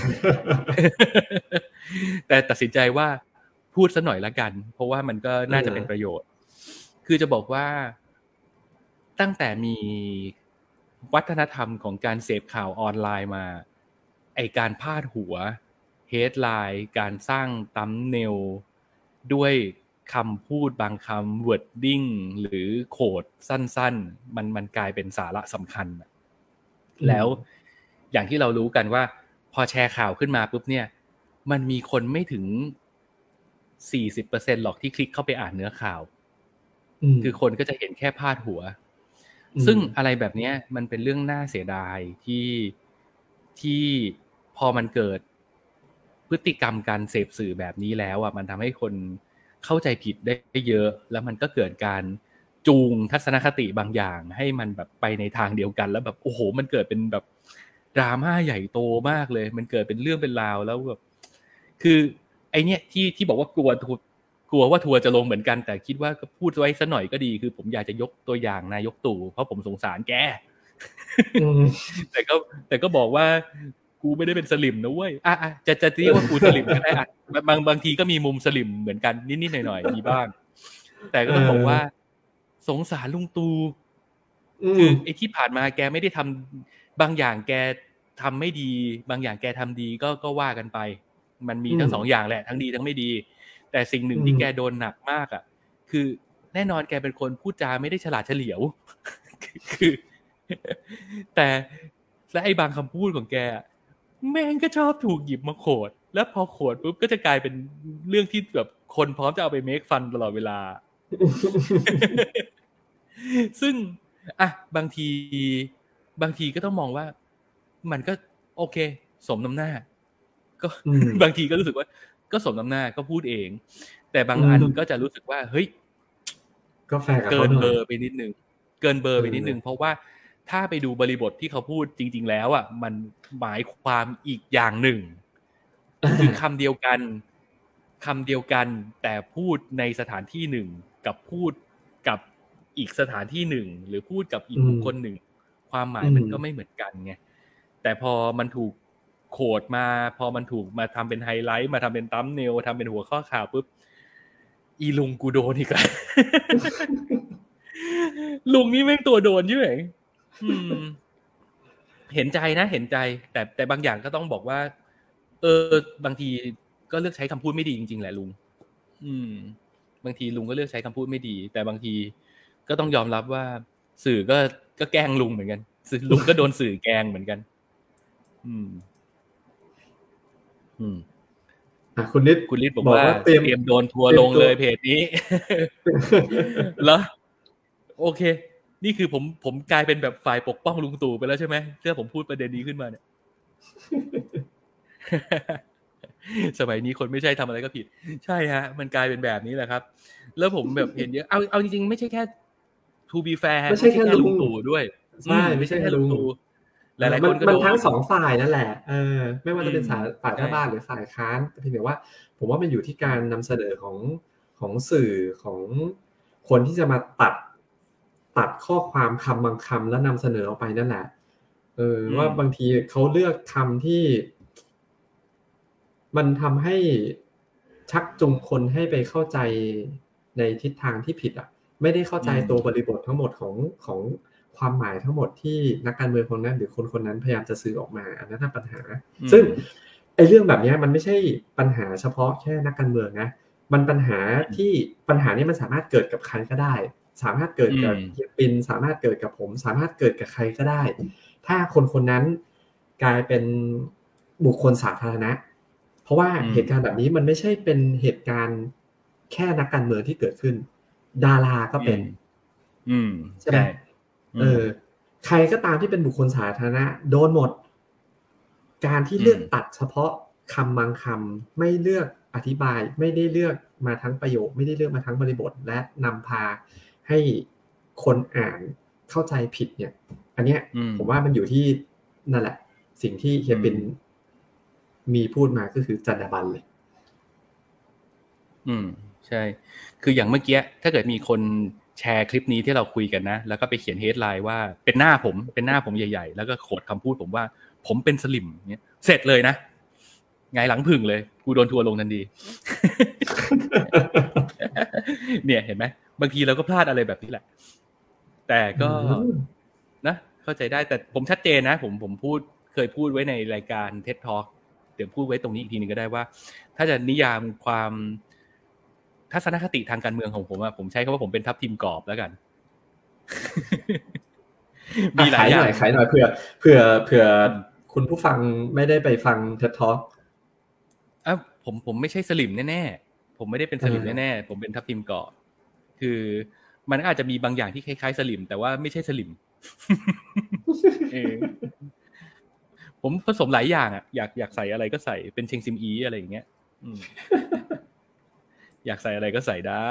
แต่ตัดสินใจว่าพูดซะหน่อยละกันเพราะว่ามันก็น่าจะเป็นประโยชน์คือจะบอกว่าตั้งแต่มีวัฒนธรรมของการเสพข่าวออนไลน์มาไอการพาดหัวเฮดไลน์การสร้างธัมบ์เนลด้วยคำพูดบางคำ wording หรือโคดสั้นๆมันกลายเป็นสาระสำคัญแล้วอย่างที่เรารู้กันว่าพอแชร์ข่าวขึ้นมาปุ๊บเนี่ยมันมีคนไม่ถึง 40% หรอกที่คลิกเข้าไปอ่านเนื้อข่าวคือคนก็จะเห็นแค่พาดหัวซึ่งอะไรแบบนี้มันเป็นเรื่องน่าเสียดายที่พอมันเกิดพฤติกรรมการเสพสื่อแบบนี้แล้วมันทำให้คนเข้าใจผิดได้เยอะแล้วมันก็เกิดการจูงทัศนคติบางอย่างให้มันแบบไปในทางเดียวกันแล้วแบบโอ้โหมันเกิดเป็นแบบดราม่าใหญ่โตมากเลยมันเกิดเป็นเรื่องเป็นราวแล้วแบบคือไอเนี้ยที่บอกว่ากลัวว่าทัวร์จะลงเหมือนกันแต่คิดว่าก็พูดไว้ซะหน่อยก็ดีคือผมอยากจะยกตัวอย่างนายกตู่เพราะผมสงสารแกแต่ก็บอกว่ากูไม่ได้เป็นสลิมนะเว้ยจะเรียกว่ากูสลิมก็ได้บางทีก็มีมุมสลิมเหมือนกันนิดๆหน่อยๆมีบ้างแต่ก็ต้องบอกว่าสงสารลุงตู่คือไอ้ที่ผ่านมาแกไม่ได้ทำบางอย่างแกทำไม่ดีบางอย่างแกทำดีก็ว่ากันไปมันมีทั้งสองอย่างแหละทั้งดีทั้งไม่ดีแต่สิ่งหนึ่งที่แกโดนหนักมากอ่ะคือแน่นอนแกเป็นคนพูดจาไม่ได้ฉลาดเฉลียวคือแต่และไอ้บางคำพูดของแกแม่งก็ชอบถูกหยิบมาโขดแล้วพอโขดปุ๊บก็จะกลายเป็นเรื่องที่แบบคนพร้อมจะเอาไปเมคฟันตลอดเวลา ซึ่งบางทีก็ต้องมองว่ามันก็โอเคสมน้ำหน้าก็บางทีก็รู้สึกว่าก็สมน้ำหน้าก็พูดเองแต่บางอันก็จะรู้สึกว่าเฮ้ยก็แฟร์กับเกินเบอร์ไปนิดนึงเพราะว่าถ้าไปดูบริบทที่เขาพูดจริงๆแล้วมันหมายความอีกอย่างหนึ่งคือคำเดียวกันแต่พูดในสถานที่หนึ่งกับพูดกับอีกสถานที่หนึ่งหรือพูดกับอีกบุคคลหนึ่งความหมายมันก็ไม่เหมือนกันไงแต่พอมันถูกโคดมาพอมันถูกมาทำเป็นไฮไลท์มาทำเป็นตัมบ์เนลทำเป็นหัวข้อข่าวปุ๊บอีลุงกูโดนอีกแล้ว ลุงนี่แม่งตัวโดนใช่ไหมเห็นใจนะเห็นใจแต่บางอย่างก็ต้องบอกว่าบางทีก็เลือกใช้คำพูดไม่ดีจริงๆแหละลุงบางทีลุงก็เลือกใช้คำพูดไม่ดีแต่บางทีก็ต้องยอมรับว่าสื่อก็แกล้งลุงเหมือนกันลุงก็โดนสื่อแกล้งเหมือนกันคุณฤทธิ์บอกว่าเตรียมโดนทัวร์ลงเลยเพจนี้เหรอโอเคนี่คือผมกลายเป็นแบบฝ่ายปกป้องลุงตู่ไปแล้วใช่ไหมถ้าผมพูดประเด็นนี้ขึ้นมาเนี่ย สมัยนี้คนไม่ใช่ทำอะไรก็ผิดใช่ฮะมันกลายเป็นแบบนี้แหละครับแล้วผมแบบเห็นเยอะเอาจริงๆไม่ใช่แค่ to be fair ไม่ใช่แค่ลุงตู่ด้วยใช่ไม่ใช่แค่ลุงตู่หลายๆคนก็มันทั้งสองฝ่ายนั่นแหละไม่ว่าจะเป็นฝ่ายรัฐบาลหรือฝ่ายค้านเพียงแต่ว่าผมว่ามันอยู่ที่การนำเสนอของสื่อของคนที่จะมาตัดข้อความคำบางคำแล้วนำเสนอออกไปนั่นแหละว่าบางทีเขาเลือกคำที่มันทำให้ชักจูงคนให้ไปเข้าใจในทิศทางที่ผิดไม่ได้เข้าใจตัวบริบททั้งหมดของความหมายทั้งหมดที่นักการเมืองคนนั้นหรือคนนั้นพยายามจะสื่อออกมาอันนั้นเป็นปัญหาซึ่งไอ้เรื่องแบบนี้มันไม่ใช่ปัญหาเฉพาะแค่นักการเมืองนะมันปัญหานี้มันสามารถเกิดกับใครก็ได้สามารถเกิดกับเฮียปินสามารถเกิดกับผมสามารถเกิดกับใครก็ได้ถ้าคนนั้นกลายเป็นบุคคลสาธารณะเพราะว่าเหตุการณ์แบบนี้มันไม่ใช่เป็นเหตุการณ์แค่นักการเมืองที่เกิดขึ้นดาราก็เป็นใช่ไหมใครก็ตามที่เป็นบุคคลสาธารณะโดนหมดการที่เลือกตัดเฉพาะคำบางคำไม่เลือกอธิบายไม่ได้เลือกมาทั้งประโยคไม่ได้เลือกมาทั้งบริบทและนำพาให้คนอ่านเข้าใจผิดเนี่ยอันเนี้ยผมว่ามันอยู่ที่นั่นแหละสิ่งที่เฮียปินมีพูดมาก็คือจรรยาบรรณเลยใช่คืออย่างเมื่อกี้ถ้าเกิดมีคนแชร์คลิปนี้ที่เราคุยกันนะแล้วก็ไปเขียนเฮดไลน์ว่าเป็นหน้าผมใหญ่ๆแล้วก็โขดคำพูดผมว่าผมเป็นสลิมเนี่ยเสร็จเลยนะไงหลังพึ่งเลยกูโดนทัวร์ลงทันที เนี่ยเห็นไหมบางทีเราก็พลาดอะไรแบบนี้แหละแต่ก็นะเข้าใจได้แต่ผมชัดเจนนะผมเคยพูดไว้ในรายการ TED Talk เดี๋ยวพูดไว้ตรงนี้อีกทีนึงก็ได้ว่าถ้าจะนิยามความทัศนคติทางการเมืองของผมใช้คำว่าผมเป็นทัพทีมกรอบแล้วกันมีหลายอย่างขายหน่อยเผื่อคุณผู้ฟังไม่ได้ไปฟัง TED Talk ผมไม่ใช่สลิมแน่ๆผมไม่ได้เป็นสลิมแน่ๆผมเป็นทัพทีมกรอบคือมันอาจจะมีบางอย่างที่คล้ายๆสลิมแต่ว่าไม่ใช่สลิม ผมผสมหลายอย่างอยากใส่อะไรก็ใส่เป็นเชงซิมอีอะไรอย่างเงี้ยอยากใส่อะไรก็ใส่ได้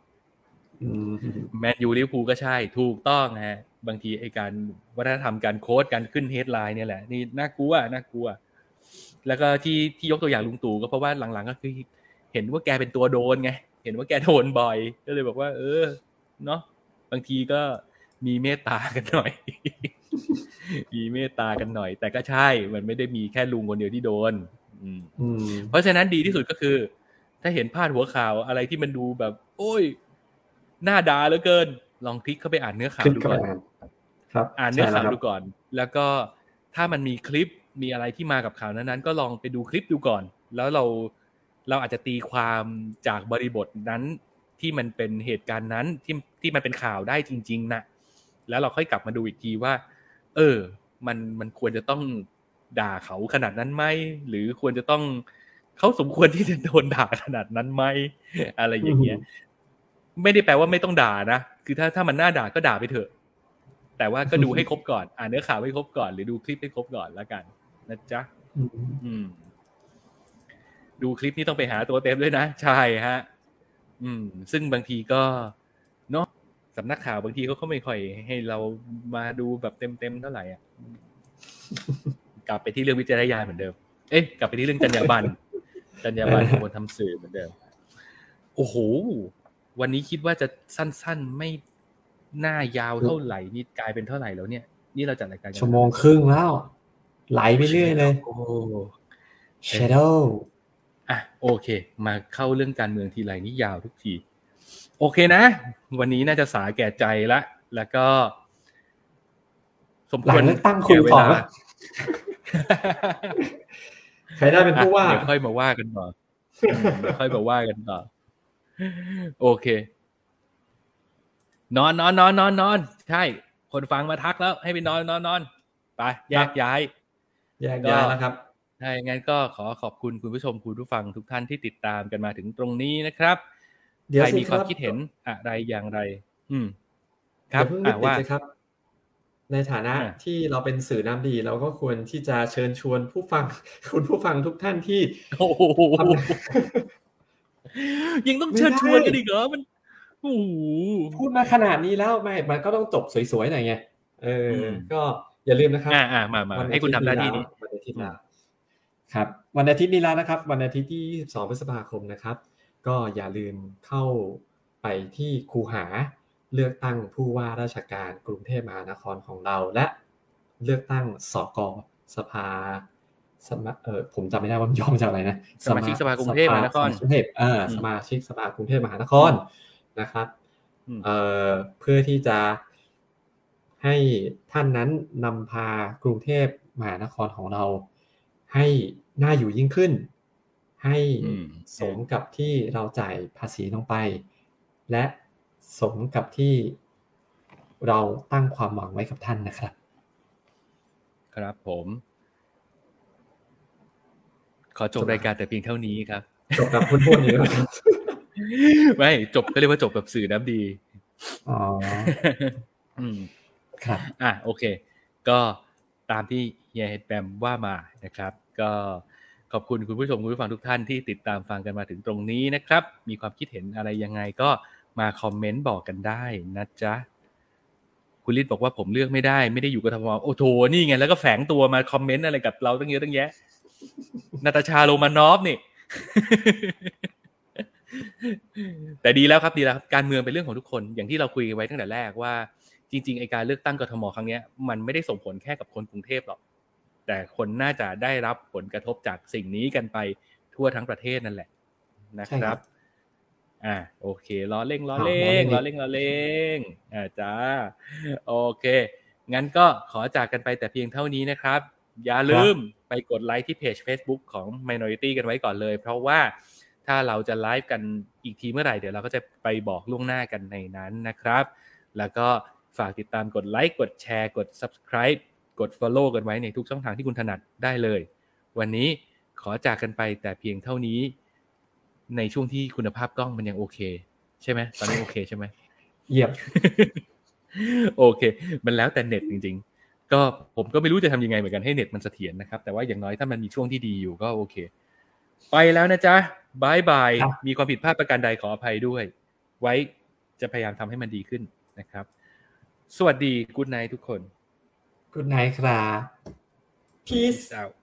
แมนยูลิเวอร์พูลก็ใช่ถูกต้องฮะบางทีไอ้การวัฒนธรรมการโค้ดการขึ้นเฮดไลน์เนี่ยแหละนี่น่ากลัวแล้วก็ที่ยกตัวอย่างลุงตู่ก็เพราะว่าหลังๆก็คือเห็นว่าแกเป็นตัวโดนไงเห็นว่าแกโดนบ่อยก็เลยบอกว่าเนาะบางทีก็มีเมตตากันหน่อย มีเมตตากันหน่อยแต่ก็ใช่มันไม่ได้มีแค่ลุงคนเดียวที่โดนเพราะฉะนั้นดีที่สุดก็คือถ้าเห็นพาดหัวข่าวอะไรที่มันดูแบบโอ้ยน่าด่าเหลือเกินลองคลิกเข้าไปอ่านเนื้อข่าวดูก่อนครับอ่านเนื้อข่าวดูก่อนแล้วก็ถ้ามันมีคลิปมีอะไรที่มากับข่าวนั้นๆก็ลองไปดูคลิปดูก่อนแล้วเราอาจจะตีความจากบริบทนั้นที่มันเป็นเหตุการณ์นั้นที่มันเป็นข่าวได้จริงๆนะแล้วเราค่อยกลับมาดูอีกทีว่ามันควรจะต้องด่าเขาขนาดนั้นไหมหรือควรจะต้องเขาสมควรที่จะโดนด่าขนาดนั้นไหมอะไรอย่างเงี้ยไม่ได้แปลว่าไม่ต้องด่านะคือถ้ามันน่าด่าก็ด่าไปเถอะแต่ว่าก็ดูให้ครบก่อนอ่านเนื้อข่าวให้ครบก่อนหรือดูคลิปให้ครบก่อนแล้วกันนะจ๊ะดูคลิปนี้ต้องไปหาตัวเต็มด้วยนะใช่ฮะซึ่งบางทีก็เนาะสำนักข่าวบางทีเขาก็ไม่ค่อยให้เรามาดูแบบเต็มเท่าไหร่อ่ะกลับไปที่เรื่องวิจารณญาณเหมือนเดิมกลับไปที่เรื่องจรรยาบรรณของคนทำสื่อเหมือนเดิมโอ้โหวันนี้คิดว่าจะสั้นๆไม่น่ายาวเท่าไหร่นี่กลายเป็นเท่าไหร่แล้วเนี่ยนี่เราจัดรายการชั่วโมงครึ่งแล้วไหลไปเรื่อยเลยโอ้ Shadow โอเคมาเข้าเรื่องการเมืองทีไรนี่ยาวทุกทีโอเคนะวันนี้น่าจะสาแก่ใจละแล้วก็สมควรตั้งคุยต่อใครได้เป็นผู้ว่าเดี๋ยวค่อยมาว่ากันต่อโอเคนอนใช่คนฟังมาทักแล้วให้ไปนอนไปแยกย้ายแล้วครับใช่งั้นก็ขอบคุณคุณผู้ชมคุณผู้ฟังทุกท่านที่ติดตามกันมาถึงตรงนี้นะครับใครมีความคิดเห็นอะไรอย่างไรครับว่าครับในฐานะที่เราเป็นสื่อน้ำดีเราก็ควรที่จะเชิญชวนคุณผู้ฟังทุกท่านที่ยังต้องเชิญชวนกันอีกเหรอมันโอ้โหพูดมาขนาดนี้แล้วมันก็ต้องจบสวยๆหน่อยไงก็อย่าลืมนะครับมาให้คุณทำหน้าที่นี้วันอาทิตย์แล้วครับวันอาทิตย์นี้แล้วนะครับวันอาทิตย์ที่22พฤษภาคมนะครับก็อย่าลืมเข้าไปที่คูหาเลือกตั้งผู้ว่าราชการกรุงเทพมหานครของเราและเลือกตั้งสก.สภาผมจำไม่ได้ว่ามันย่อมาจากอะไรนะสมาชิกสภากรุงเทพมหานครสมาชิกสภากรุงเทพมหานครนะครับเพื่อที่จะให้ท่านนั้นนำพากรุงเทพมหานครของเราให้น่าอยู่ยิ่งขึ้นให้สมกับที่เราจ่ายภาษีลงไปและสมกับที่เราตั้งความหวังไว้กับท่านนะครับครับผมขอจบรายการแต่เพียงเท่านี้ครับจบแบบพูดๆนี้ครับไม่จบก็เรียกว่าจบแบบสื่อน้ำดีครับโอเคก็ตามที่เฮียแบมว่ามานะครับก็ขอบคุณคุณผู้ชมคุณผู้ฟังทุกท่านที่ติดตามฟังกันมาถึงตรงนี้นะครับมีความคิดเห็นอะไรยังไงก็มาคอมเมนต์บอกกันได้นะจ๊ะคุณฤทธิ์บอกว่าผมเลือกไม่ได้อยู่กทมโอ้โถนี่ไงแล้วก็แฝงตัวมาคอมเมนต์อะไรกับเราตั้งเยอะตั้งแยะนาตาชาโรมานอฟนี่ แต่ดีแล้วครับการเมืองเป็นเรื่องของทุกคนอย่างที่เราคุยกันไว้ตั้งแต่แรกว่าจริงๆไอ้การเลือกตั้งกทมครั้งนี้มันไม่ได้ส่งผลแค่กับคนกรุงเทพหรอกแต่คนน่าจะได้รับผลกระทบจากสิ่งนี้กันไปทั่วทั้งประเทศนั่นแหละนะครับโอเคล้อเล่งจ้าโอเคงั้นก็ขอจากกันไปแต่เพียงเท่านี้นะครับอย่าลืมไปกดไลค์ที่เพจ Facebook ของ Minority กันไว้ก่อนเลยเพราะว่าถ้าเราจะไลฟ์กันอีกทีเมื่อไหร่เดี๋ยวเราก็จะไปบอกล่วงหน้ากันในนั้นนะครับแล้วก็ฝากติดตามกดไลค์กดแชร์กด Subscribe กด Follow กันไว้ในทุกช่องทางที่คุณถนัดได้เลยวันนี้ขอจากกันไปแต่เพียงเท่านี้ในช่วงที่คุณภาพกล้องมันยังโอเคใช่ไหมตอนนี้โอเคใช่ไหมเยี่ยมโอเคมันแล้วแต่เน็ตจริงๆก็ผมก็ไม่รู้จะทำยังไงเหมือนกันให้เน็ตมันเสถียรนะครับแต่ว่าอย่างน้อยถ้ามันมีช่วงที่ดีอยู่ก็โอเคไปแล้วนะจ๊ะบายบายมีความผิดพลาดประการใดขออภัยด้วยไว้จะพยายามทำให้มันดีขึ้นนะครับสวัสดีกู๊ดไนท์ทุกคนกู๊ดไนท์ครับ Peace out